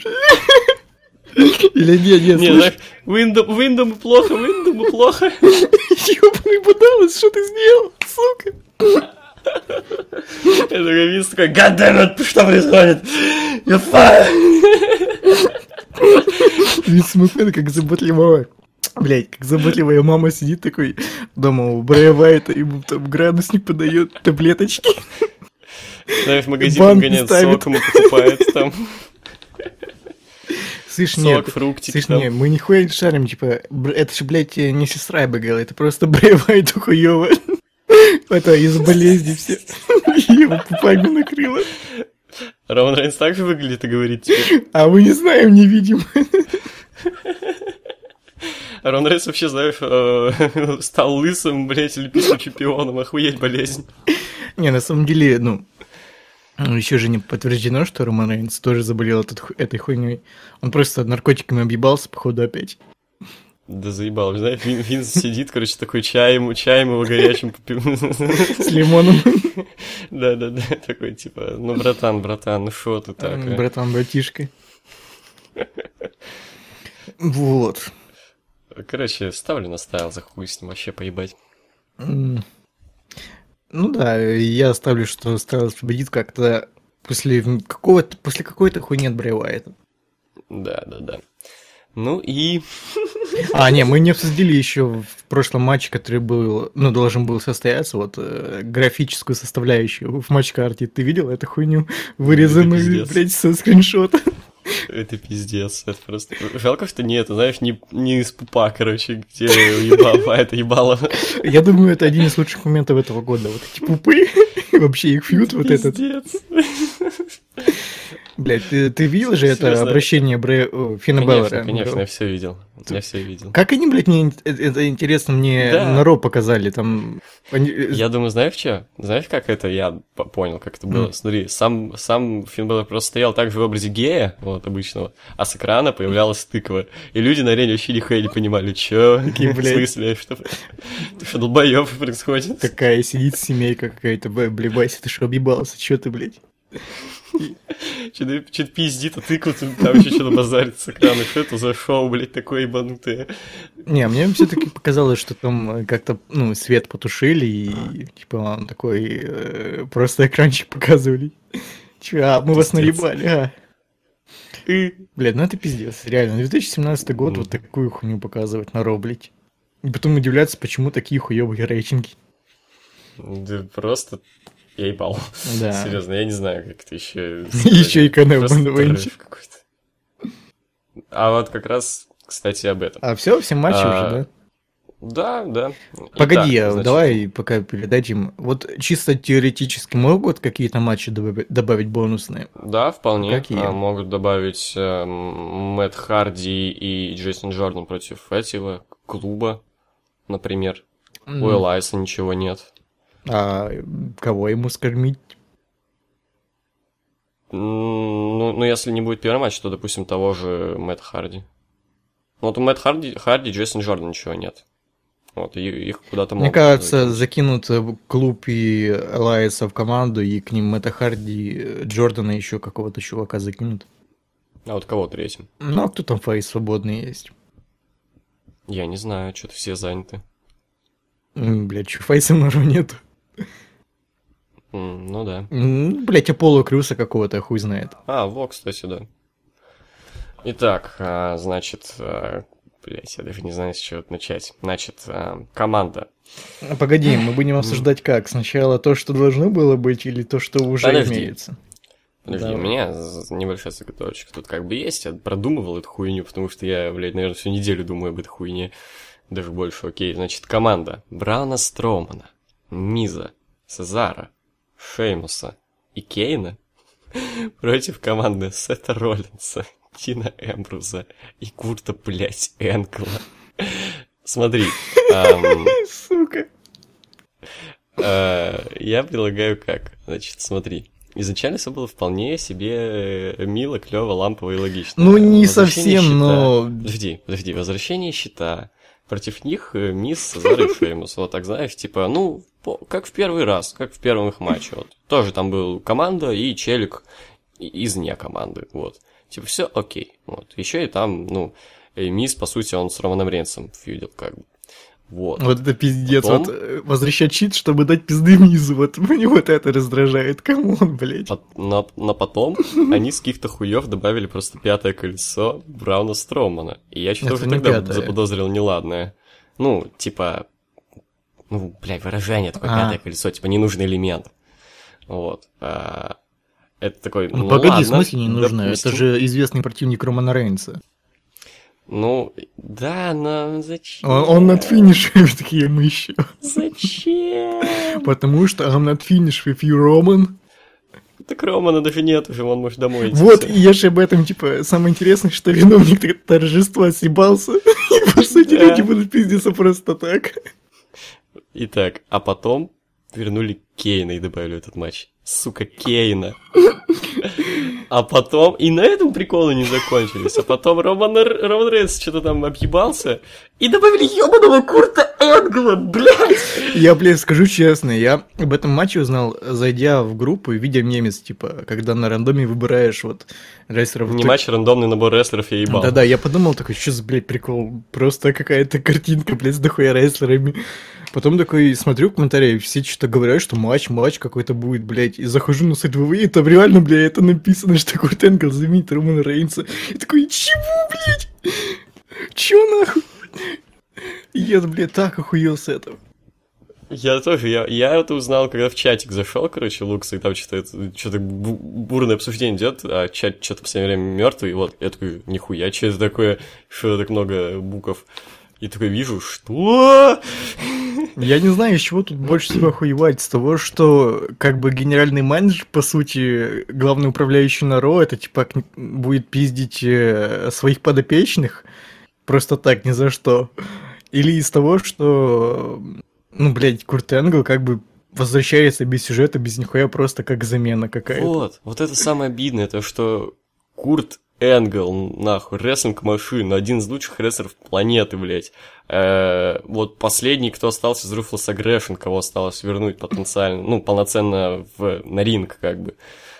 Или не, не, Не, слушай. знаешь, Виндом, Виндому плохо, Виндому плохо. Ёбаный Будалос, что ты сделал, сука? Это такой Винс такой, goddammit, что происходит? Я фа. Винс Макмен как заботливая. Блять, как заботливая мама сидит такой дома у Брэя Уайта, ему там градусник подает таблеточки. Знаешь, в магазин Банки гоняет ставит. сок, ему покупает там Слышь, сок, нет, фруктик слышь, там. не, мы нихуя не шарим, типа, бр- это же, блядь, не сестра Эбигейл, это просто Брэй Уайт хуёво. Это из болезни все. Его пупами накрыло. Роман Рейнс так же выглядит и говорит теперь. А мы не знаем, не видим. Роман Рейнс вообще, знаешь, э, стал лысым, блядь, олимпийским чемпионом, охуеть болезнь. Не, на самом деле, ну, еще же не подтверждено, что Роман Рейнс тоже заболел этот ху- этой хуйней. Он просто наркотиками объебался, походу, опять. Да заебал, знаешь, Вин, Винс сидит, короче, такой чаем, чаем его горячим попил. С лимоном. Да-да-да, такой, типа, ну, братан, братан, ну шо ты так, а? Братан, братишка. Вот. Короче, ставлю на стайл, за хуй с ним вообще поебать. Ну да, я ставлю, что Стайлс победит как-то после какого-то, после какой-то хуйни от Брэй Уайта. Да-да-да. Ну и... А, не, мы не обсудили еще в прошлом матче, который был, ну, должен был состояться, вот, э, графическую составляющую в матч-карте. Ты видел эту хуйню, вырезанную, блядь, со скриншота? Это пиздец, это просто... Жалко, что нет, знаешь, не, не из пупа, короче, где ебало, а это ебало. Я думаю, это один из лучших моментов этого года. Вот эти пупы, вообще их фьюд вот этот. Пиздец. Блядь, ты, ты видел же это Серьезно? обращение Брэ... Финна Бэллора? Конечно, конечно, я все видел. Я все видел. Как они, блядь, мне это интересно мне Да. на Ро показали, там... они- Я думаю, знаешь что? Знаешь, как это я по- понял, как это было? Mm. Смотри, сам, сам Финн Бэлор просто стоял так же в образе гея, вот, обычного, а с экрана появлялась тыква. И люди на арене вообще ни хуя не понимали, чё? Такие, В блядь. смысле, что, что долбоёб происходит? Такая сидит семейка какая-то, б- блебайся, ты что, объебался, чё ты, блядь? Что-то пиздит, а тыква там еще что-то базарит с экрана. Что это за шоу, блядь, такое ебанутое? Не, мне все-таки показалось, что там как-то, ну, свет потушили, и, типа, он такой, э, просто экранчик показывали. Чё, а, мы вас Пиздец. наебали, а? И... Блядь, ну это пиздец, реально. две тысячи семнадцатый год Мгм. вот такую хуйню показывать на Ро, блядь. И потом удивляться, почему такие хуёвые рейтинги. Да просто я ебал. Да. Серьезно, я не знаю, как это еще... Ещё и Канэ Бонвенчи. какой-то. А вот как раз, кстати, об этом. А все, все матчи А, уже, да? Да, да. Погоди, Итак, а значит, давай пока передадим. Вот чисто теоретически могут какие-то матчи добавить, добавить бонусные? Да, вполне. Какие? А, могут добавить эм, Мэтт Харди и Джейсон Джордан против этого клуба, например. М, У Элайса ничего нет. А кого ему скормить? М, Ну, ну, если не будет первый матч, то, допустим, того же Мэтт Харди. Ну, вот у Мэтт Харди, Харди Джейсон Джордан ничего нет. Вот, и их куда-то Мне могут кажется, закинуть. закинут э, клуб и Элайса в команду, и к ним Мэтта Харди, э, Джордана еще какого-то чувака закинут. А вот кого третьим? Ну, а кто там фейс свободный есть? Я не знаю, что-то все заняты. М, Блядь, чё, фейса много нет. М, Ну да. Блять, Аполло Крюса какого-то, хуй знает. А, во, кстати, да. Итак, а, значит, а, блять, я даже не знаю, с чего начать. Значит, а, команда. А, Погоди, мы будем обсуждать как? Сначала то, что должно было быть, или то, что уже Подожди. имеется? Подожди, Давай. у меня з- небольшая заготовочка тут как бы есть. Я продумывал эту хуйню, потому что я, блядь, наверное, всю неделю думаю об этой хуйне. Даже больше, окей. Значит, команда Брауна Строумана, Миза, Сезара, Шеймуса и Кейна против команды Сета Роллинса, Тина Эмбруза и Курта, блядь, Энкла. Смотри, ам, Сука. э, я предлагаю как. Значит, смотри. Изначально все было вполне себе э, мило, клево, лампово и логично. Ну, не Возвращение совсем, щита- но... Подожди, подожди, возвращение щита. Против них э, Мисс, Сезар и Шеймус. Вот так, знаешь, типа, ну, по- как в первый раз, как в первом их матче. Вот. Тоже там был команда и челик и- из не команды. Вот. Типа, все окей. Вот. Еще и там, ну, э, Мисс, по сути, он с Романом Рейнсом фьюдил, как бы. Вот. Вот это пиздец, Потом- вот э, возвращать щит, чтобы дать пизды Мизу, вот мне вот это раздражает, камон, блядь. Пот- Но, но потом они с каких-то хуев добавили просто пятое колесо Брауна Строумана. И я что-то Это уже не тогда пятое. заподозрил неладное. Ну, типа... Ну, блядь, выражение такое, А. пятое колесо, типа ненужный элемент. Вот. А, это такой, Ну, ну, погоди, ладно, в смысле не нужно? допустим. Это же известный противник Романа Рейнса. Ну, да, но зачем? Он, он над финиш with him еще. Зачем? Потому что I'm not finished with you, Роман. Так Романа даже нет уже, он может домой идти. Вот, всё. и я же об этом, типа, самое интересное, что виновник т- торжества съебался. И, по сути, Да. люди будут пиздиться просто так. Итак, а потом вернули Кейна и добавили в этот матч. Сука, Кейна. А потом, и на этом приколы не закончились, а потом Роман, Роман Рейнс что-то там объебался, и добавили ёбаного Курта Энгла, блядь! Я, блядь, скажу честно, я об этом матче узнал, зайдя в группу и видя мемец, типа, когда на рандоме выбираешь вот рестлеров. Не так... матч, рандомный набор рестлеров, я ебал. Да-да, я подумал такой, что за, блядь, прикол, просто какая-то картинка, блядь, с дохуя рестлерами. Потом такой смотрю в комментарии, все что-то говорят, что матч, матч какой-то будет, блядь, и захожу на сайт вэ вэ е, и там реально, блядь, это написано, что Курт Энгл заменит Романа Рейнса. И такой, чего, блядь? Чё нахуй? И я, блядь, так охуел с этого. Я тоже, я, я это узнал, когда в чатик зашел, короче, Лукс, и там что-то, что-то бурное обсуждение идет, а чат что-то в последнее время мертвый, и вот, я такой, нихуя, что это такое, что так много букв. И такой вижу, что? Я не знаю, из чего тут больше всего охуевать, с того, что как бы генеральный менеджер, по сути, главный управляющий на Ро, это типа будет пиздить своих подопечных просто так, ни за что. Или из того, что, ну, блядь, Курт Энгл как бы возвращается без сюжета, без нихуя, просто как замена какая-то. Вот, вот это самое обидное, то что Курт Энгл, нахуй, рестлинг-машина, один из лучших рестлеров планеты, блядь. Э-э- вот последний, кто остался из Ruthless Aggression, кого осталось вернуть потенциально, ну, полноценно в, на ринг, как бы.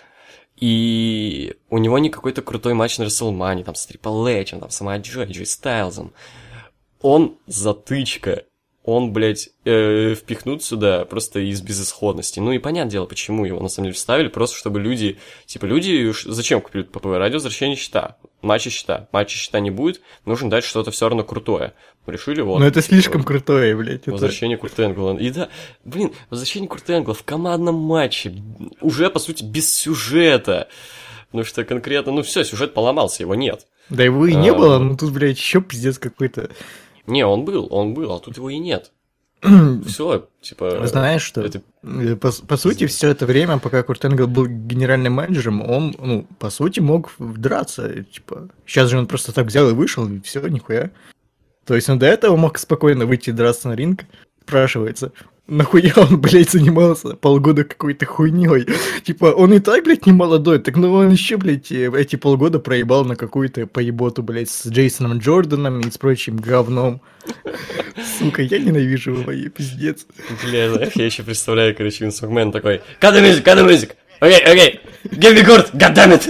И у него не какой-то крутой матч на WrestleMania, там, с Triple H, там, с Самаджо, Джей Стайлзом. Он затычка. Он, блядь, э, впихнут сюда просто из безысходности. Ну и понятное дело, почему его на самом деле вставили, просто чтобы люди... Типа, люди зачем купили ППВ? Ради возвращения щита. Матча щита. Матча щита не будет, нужно дать что-то все равно крутое. Решили вот... Ну это слишком вот, крутое, блядь. Возвращение это... Курта Энгла. И да, блин, возвращение Курта Энгла в командном матче. Уже, по сути, без сюжета. Потому что конкретно, ну все, сюжет поломался, его нет. Да его и не а, было, ну тут, блядь, еще пиздец какой-то... Не, он был, он был, а тут его и нет. Все, типа... Знаешь что, это... по, по сути, все это время, пока Курт Энгл был генеральным менеджером, он, ну, по сути, мог драться, типа... Сейчас же он просто так взял и вышел, и все, нихуя. То есть он до этого мог спокойно выйти и драться на ринг, спрашивается. Нахуя он, блядь, занимался полгода какой-то хуйней? Типа, он и так, блядь, не молодой, так ну он еще, блядь, эти полгода проебал на какую-то поеботу, блядь, с Джейсоном Джорданом и с прочим говном. Сука, я ненавижу его, я пиздец. Бля, знаешь, я еще представляю, короче, Винс Макмен такой, cut the music, cut the music, окей, окей, give me Kurt, goddammit.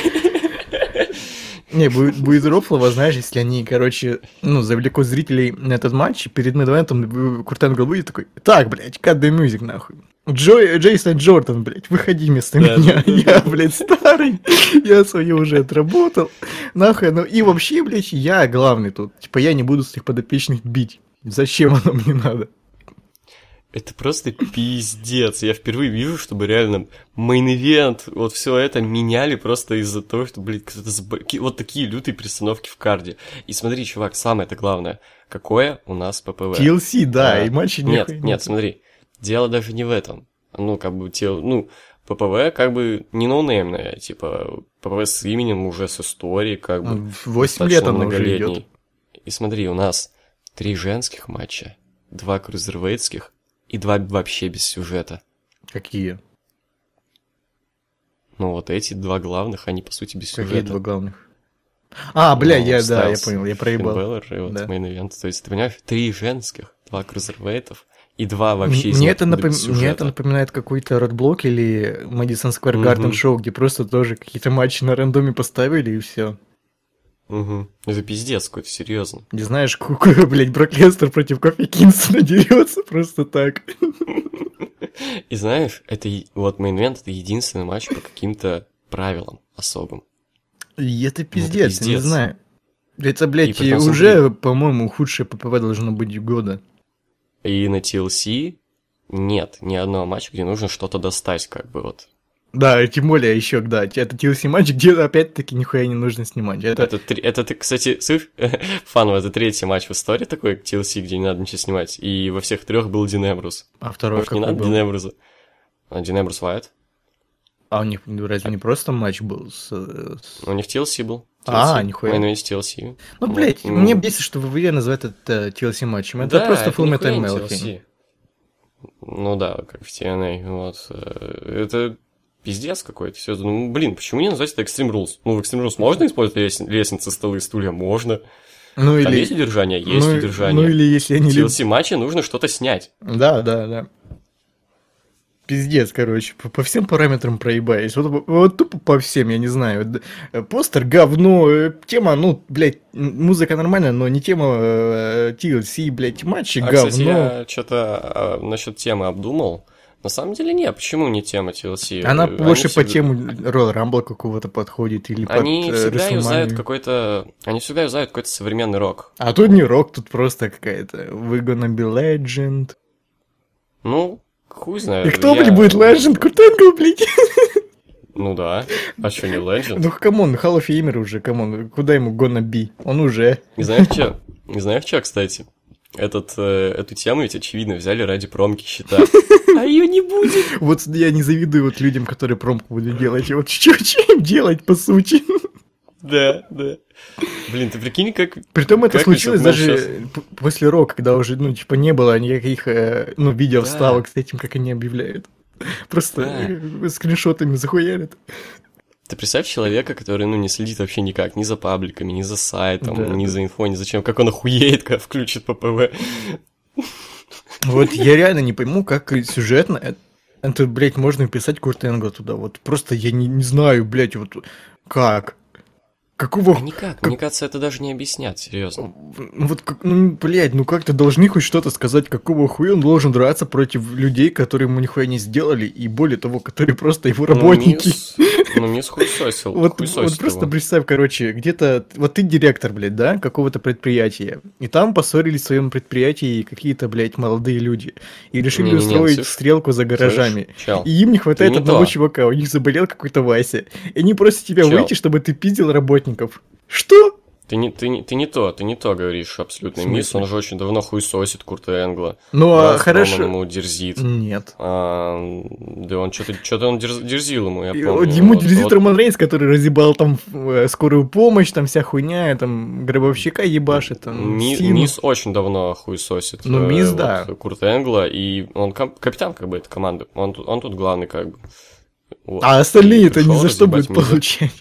Не, будет, будет рофлово, знаешь, если они, короче, ну, завлекут зрителей на этот матч, перед мейн-эвентом Курт Энгл будет такой, так, блядь, cut the music, нахуй. Джо, Джейсон Джордан, блядь, выходи вместо да, меня, да, я, да. блядь, старый, я свое уже отработал, нахуй, ну и вообще, блядь, я главный тут, типа, я не буду своих подопечных бить, зачем оно мне надо? Это просто пиздец. Я впервые вижу, чтобы реально мейн-ивент, вот все это меняли просто из-за того, что, блядь, кто-то заб... вот такие лютые перестановки в карде. И смотри, чувак, самое-то главное, какое у нас ППВ. ти эл си, да, а, и матчи не Нет, нет, смотри, дело даже не в этом. Ну, как бы, те, ну, ППВ как бы не ноунеймное, типа, ППВ с именем уже с историей, как бы. восемь лет оно уже идет. И смотри, у нас три женских матча, два крузервейтских, и два вообще без сюжета. Какие? Ну, вот эти два главных, они, по сути, без сюжета. Какие два главных? А, бля, ну, я, да, я понял, я проебал. Беллар и вот да. мейн-ивент. То есть, ты понимаешь, три женских, два крузервейтов и два вообще из мне это, напом... мне это напоминает какой-то Родблок или Madison Square Garden шоу, mm-hmm. где просто тоже какие-то матчи на рандоме поставили и все. Угу. Это пиздец какой-то, серьезно. Не знаешь, какой, блядь, Брок Лестер против Кофи Кингстона дерется просто так. И знаешь, это вот мейн-ивент, это единственный матч по каким-то правилам особым. И это пиздец, это пиздец. Я не знаю. Это, блядь, и уже, смотри, по-моему, худшее ППВ должно быть года. И на ти эл си нет ни одного матча, где нужно что-то достать, как бы вот. Да, тем более еще, да, это ти эл си матч, где опять-таки нихуя не нужно снимать. Это, это, это, это кстати, фаново, это третий матч в истории такой ти эл си, где не надо ничего снимать. И во всех трех был Дин Эмбрус. А второй Может, не надо был? Дин Эмбруза? А Дин Эмбрус Вайт. А у них разве не просто матч был с... с... У них ти эл си был. ти эл си. А, нихуя. Мейн ивент ти эл си. Ну, блядь, вот. Мне бесит, что вэ вэ е называют это ти эл си матчем. Это да, просто это Full Metal Melting. Ну да, как в ти эн эй. Вот. Это... пиздец какой-то. Все, ну, блин, почему не назвать это Extreme Rules? Ну, в Extreme Rules можно использовать лестницы, лестницы столы, стулья? Можно. Ну, Там или... есть удержание? Есть ну, удержание. Ну, или если они... В ти эл си-матче нужно что-то снять. Да, да, да. Пиздец, короче, по, по всем параметрам проебаюсь. Вот, вот тупо по всем, я не знаю. Постер говно, тема, ну, блядь, музыка нормальная, но не тема э, ти эл си, блядь, матчи а, говно. Кстати, я что-то а, насчет темы обдумал. На самом деле нет, почему не тема ти эл си? Она Они больше всегда... по тему Royal Rumble какого-то подходит или Они под всегда э, юзают какой-то... Они всегда юзают какой-то современный рок. А тут не рок, тут просто какая-то We're gonna be legend. Ну, хуй знает. И кто, я... блядь, будет Legend? Курт Энгл, блядь? Ну да. А что, не Legend? Ну, камон, Hall of Famer уже, камон. Куда ему gonna be? Он уже. Не знаешь, что? Не знаешь, что, кстати? Этот, э, эту тему ведь, очевидно, взяли ради промки щита. А ее не будет. Вот я не завидую вот людям, которые промку будут делать. И вот что им делать, по сути? Да, да. Блин, ты прикинь, как... Притом это как случилось сейчас... даже после Ро, когда уже, ну, типа, не было никаких, э, ну, видео Да. вставок с этим, как они объявляют. Просто Да. э, скриншотами захуярят. Ты представь человека, который, ну, не следит вообще никак, ни за пабликами, ни за сайтом, Да. ни за инфо, ни за чем. Как он охуеет, когда включит ППВ. Вот я реально не пойму, как сюжетно это, это, блядь, можно писать Курт Энгла туда. Вот просто я не, не знаю, блядь, вот как. Какого... А никак, мне кажется, это даже не объяснят, серьезно. Ну вот, как, ну, блядь, ну как-то должны хоть что-то сказать, какого хуя он должен драться против людей, которые ему нихуя не сделали, и более того, которые просто его работники. Ну, Мисс хуесосил. Вот, вот просто представь, короче, где-то, вот ты директор, блядь, да, какого-то предприятия, и там поссорились в своем предприятии какие-то, блядь, молодые люди, и решили Не-не-не, устроить слышь, стрелку за гаражами, слышь, чел, и им не хватает не одного то. чувака, у них заболел какой-то Вася, и они просят тебя Чел. выйти, чтобы ты пиздил работников. Что? Ты не, ты, не, ты не то, ты не то говоришь абсолютно. В смысле? Мисс, он же очень давно хуесосит Курта Энгла. Ну, а Брат хорошо. Строман ему дерзит. Нет. А, да он что-то что-то он дерз- дерзил ему, я И помню. вот ему Вот- дерзит вот. Роман Рейнс, который разъебал там э, скорую помощь, там вся хуйня, там гробовщика ебашит, там Ми- Стину. Мисс очень давно хуесосит. Ну, э, Мисс, вот, да. Курта Энгла, и он кап- капитан как бы этой команды. Он, тут- он тут главный как бы. Вот. А И остальные-то ни пришёл за что разъебать будут Миза. получать.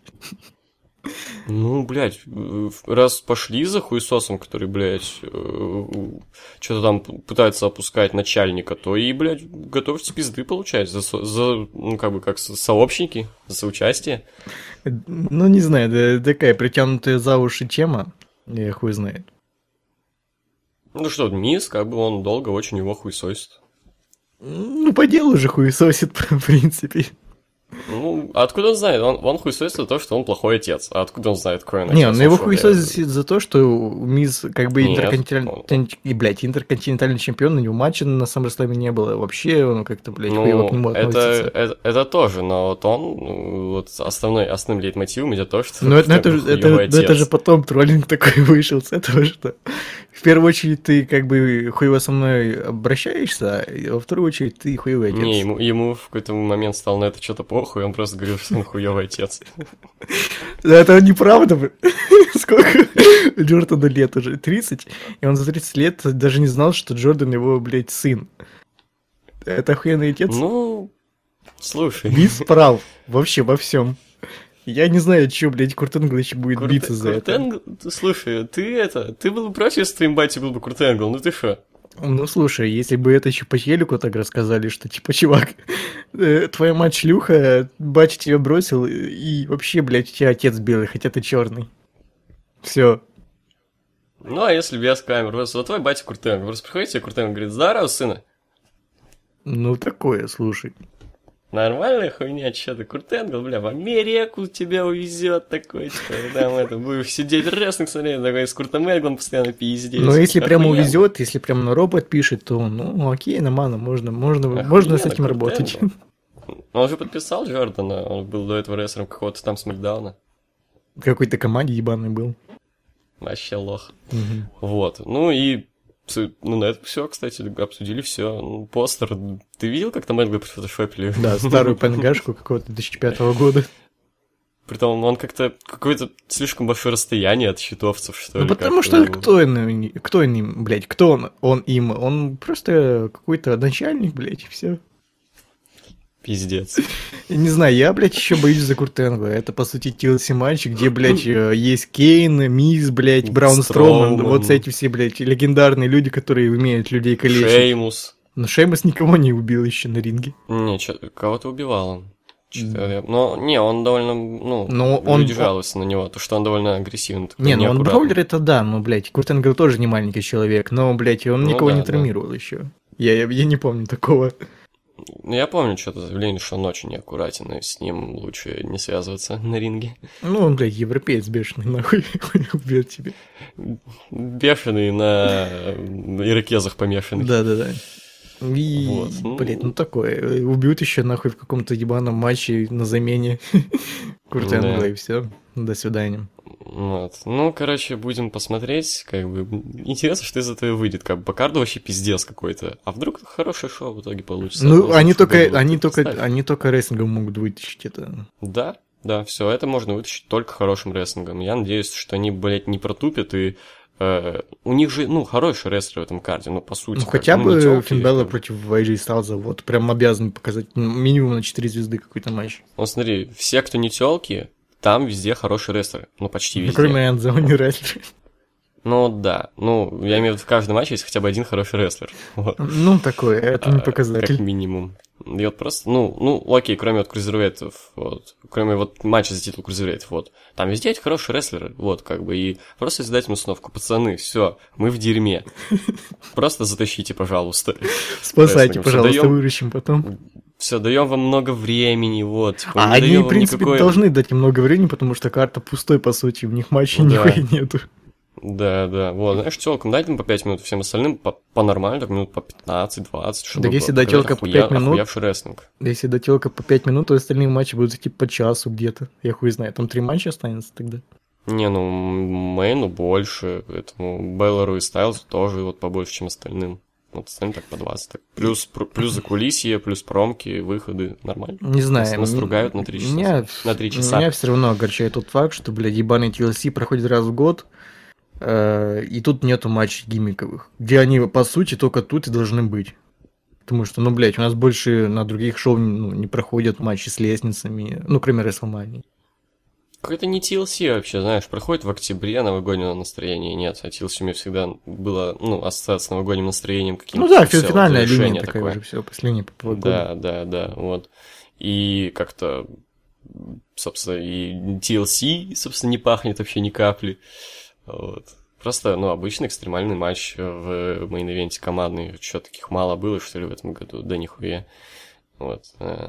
Ну, блядь, э, раз пошли за хуесосом, который, блядь, что-то там п- пытается опускать начальника, то и, блядь, готовьте пизды получать за, со- за ну, как бы, как со- сообщники, за соучастие. Ну, не знаю, да, такая притянутая за уши тема, я хуй знает. Ну что, Мисс, как бы он долго очень его хуесосит. Ну, по делу же хуесосит, в принципе. Ну, а откуда он знает? Он, он хуесосит за то, что он плохой отец. А откуда он знает, какой он Не, отец? ну его Он что, хуесосит за то, что Мисс как бы Нет, интерконтинентальный, и, блядь, интерконтинентальный чемпион, у него матча на SummerSlam не было. Вообще он как-то, блядь, хуево к нему Ну, это, относится. это, это тоже, но вот он, ну, вот основной, основным лейтмотивом идет то, что Ну, это, что это, он же- это, хуёвый ну, это отец. же потом троллинг такой вышел с этого, что в первую очередь ты как бы хуево со мной обращаешься, а во вторую очередь ты хуевый отец. Не, ему, ему в какой-то момент стало на это что-то похуй, он просто говорил, что он хуёвый отец. Да это неправда. б- Сколько Джордану лет уже? тридцать? И он за тридцать лет даже не знал, что Джордан его, блядь, сын. Это охуенный отец. Ну, слушай. Мисс прав вообще во всем. Я не знаю, что, блядь, Курт Энгл еще будет Курт- биться за Курт это. Энгл- ты- слушай, ты это, ты был бы против, если твоим батей был бы Курт Энгл, ну ты шо? Ну, слушай, если бы это еще по телеку так рассказали, что, типа, чувак, э, твоя мать шлюха, батя тебя бросил, и вообще, блядь, у тебя отец белый, хотя ты черный. Все. Ну, а если без камер, просто вот твой батя Курт Энгл, просто приходит тебе Курт Энгл, говорит, здорово, сына. Ну, такое, слушай. Нормальная хуйня, что ты, Курт Энгл, бля, в Америку тебя увезет такой, типа, там это, будешь сидеть рестлинг смотреть, такой с Куртом Энглом постоянно пиздец. Но если прямо Охуенно. увезет, если прямо на робот пишет, то, ну, окей, нормально, можно, можно, Охуенно, можно с этим Курт работать. Энгл. Он уже подписал Джордана, он был до этого рестлером какого-то там Смакдауна. В какой-то команде ебаный был. Вообще лох. Мгм. Вот, ну и, ц- ну на этом все, кстати, обсудили все. Постер, ты видел, как там Энгла прифотошопили? Да, старую пенгашку какого-то две тысячи пятого года. Притом он как-то какое-то слишком большое расстояние от щитовцев, что Ну, ли. потому как-то. что кто он, кто он им, блядь, кто он, он им? Он просто какой-то начальник, блядь, и все. Пиздец. Я не знаю, я, блядь, еще боюсь за Куртенго. Это, по сути, ти эл си матч, где, блядь, э, есть Кейн, Миз, блядь, Браун Строуман. Вот эти все, блядь, легендарные люди, которые умеют людей калечить. Шеймус. Но Шеймус никого не убил еще на ринге. Не, чё, кого-то убивал он. Что-то я- Но, не, он довольно, ну, Но он- люди жалуются на него, то, что он довольно агрессивный. такой, Не, ну он неаккуратный. браулер это да, но, блядь, Куртенго тоже не маленький человек, но, блядь, он Ну никого да, не да. травмировал еще. Я, я, я не помню такого. Ну, я помню что-то заявление, что он очень неаккуратен, и с ним лучше не связываться на ринге. Ну, он, блядь, европеец бешеный, нахуй, убьет тебе. Бешеный на ирокезах помешанный. Да-да-да. И, Вот, ну. блядь, ну такое. Убьют еще нахуй в каком-то ебаном матче на замене Куртенго, Да. и все. До свидания. Вот. Ну, короче, будем посмотреть, как бы, интересно, что из этого выйдет, как бы, по карду вообще пиздец какой-то, а вдруг хорошее шоу в итоге получится. Ну, они лучше только, было они бы только, представить. они только рестлингом могут вытащить это. Да, да, все, это можно вытащить только хорошим рестлингом. Я надеюсь, что они, блядь, не протупят, и э, у них же, ну, хороший рестлер в этом карде, ну, по сути. Ну, как хотя бы, ну, не бы тёлки, Финн Бэлла как бы. против эй джей Стайлза, вот, прям обязан показать ну, минимум на четыре звезды какой-то матч. Ну, смотри, все, кто не тёлки, там везде хороший рестлер, ну, почти Ну, везде. кроме Энзо, он не рестлер. Ну, да, ну, я имею в виду, в каждом матче есть хотя бы один хороший рестлер. Вот. Ну, такое, это не А, Как показатель. минимум. И вот просто, ну, ну, окей, кроме вот крузервейтов, вот, кроме вот матча за титул крузервейтов, вот, там везде есть хорошие рестлеры, вот, как бы, и просто задать им установку, пацаны, все, мы в дерьме, просто затащите, пожалуйста. Спасайте, Рестлингом. пожалуйста, Даём- выручим потом. Все, даем вам много времени, вот, типа, А не они, даём в вам принципе, никакое- должны дать им много времени, потому что карта пустой, по сути, у них матчей Да. нихуя нету. Да, да, вот, знаешь, тёлкам дать им по пять минут, всем остальным по, по нормально, так минут по пятнадцать-двадцать, чтобы Так если показать дать тёлка по охуя- пять минут- охуевший рестлинг. Если до телка по пять минут, то остальные матчи будут идти по часу где-то. Я хуй знаю, там три матча останется тогда. Не, ну, Мэйну больше, этому Беллару и Стайлзу тоже вот побольше, чем остальным. Вот остальным так по двадцать. Так. Плюс, пр- плюс закулисье, плюс промки, выходы, нормально. Не знаю. Нас настругают на три часа. Меня, На три часа. Меня все равно огорчает тот факт, что, блядь, ебаный ти эл си проходит раз в год, э, и тут нету матчей гиммиковых, где они, по сути, только тут и должны быть. Потому что, ну, блядь, у нас больше на других шоу ну, не проходят матчи с лестницами, ну, кроме WrestleMania. Какой-то не ти эл си вообще, знаешь, проходит в октябре, новогоднего настроения нет. А ти эл си у меня всегда было, ну, ассоциация с новогодним настроением каким-то. Ну да, всё, вот финальная завершение линия такая уже, все, последняя по поводу Да, да, да, вот. И как-то, собственно, и ти эл си, собственно, не пахнет вообще ни капли. Вот. Просто, ну, обычный экстремальный матч в мейн-ивенте командный. Что, таких мало было, что ли, в этом году? Да нихуя. Вот.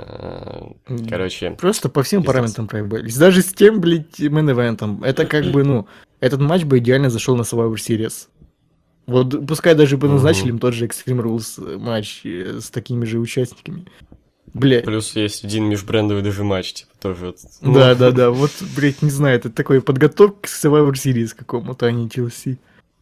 Короче. Просто по всем пиздец. параметрам проебались. Даже с тем, блядь, мейн-эвентом. Это как бы, ну, этот матч бы идеально зашел на Survivor Series. Вот пускай даже бы назначили им тот же Extreme Rules матч э, с такими же участниками. Блядь. Плюс есть один межбрендовый даже матч, типа, тоже. Вот, ну, Да, да, да. Вот, блядь, не знаю, это такой подготовка к Survivor Series какому-то, а не ти эл си.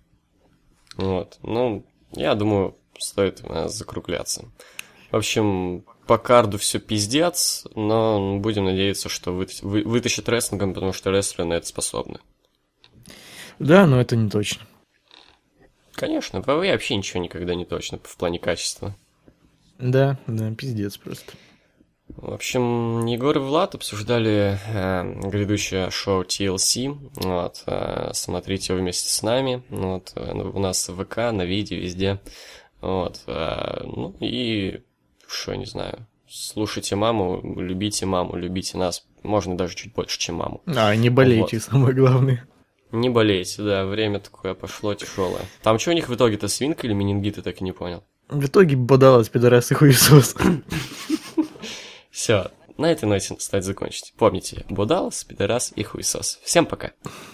Вот. Ну, я думаю, стоит э, закругляться. В общем, по карду все пиздец, но будем надеяться, что вытащ- вы- вытащат рестлингом, потому что рестлеры на это способны. Да, но это не точно. Конечно, в ВВЕ вообще ничего никогда не точно в плане качества. Да, да, пиздец просто. В общем, Егор и Влад обсуждали э, грядущее шоу ти эл си. Вот, э, смотрите его вместе с нами. Вот, э, у нас в ВК, на видео, везде. Вот, э, ну и что, не знаю. Слушайте маму, любите маму, любите нас. Можно даже чуть больше, чем маму. А, не болейте, Вот. самое главное. Не болейте, да, время такое пошло тяжелое. Там что у них в итоге-то, свинка или менингит, я так и не понял. В итоге бодалась пидорас и хуесос. Все, на этой ноте стоит закончить. Помните, Будалас, пидорас и хуесос. Всем пока.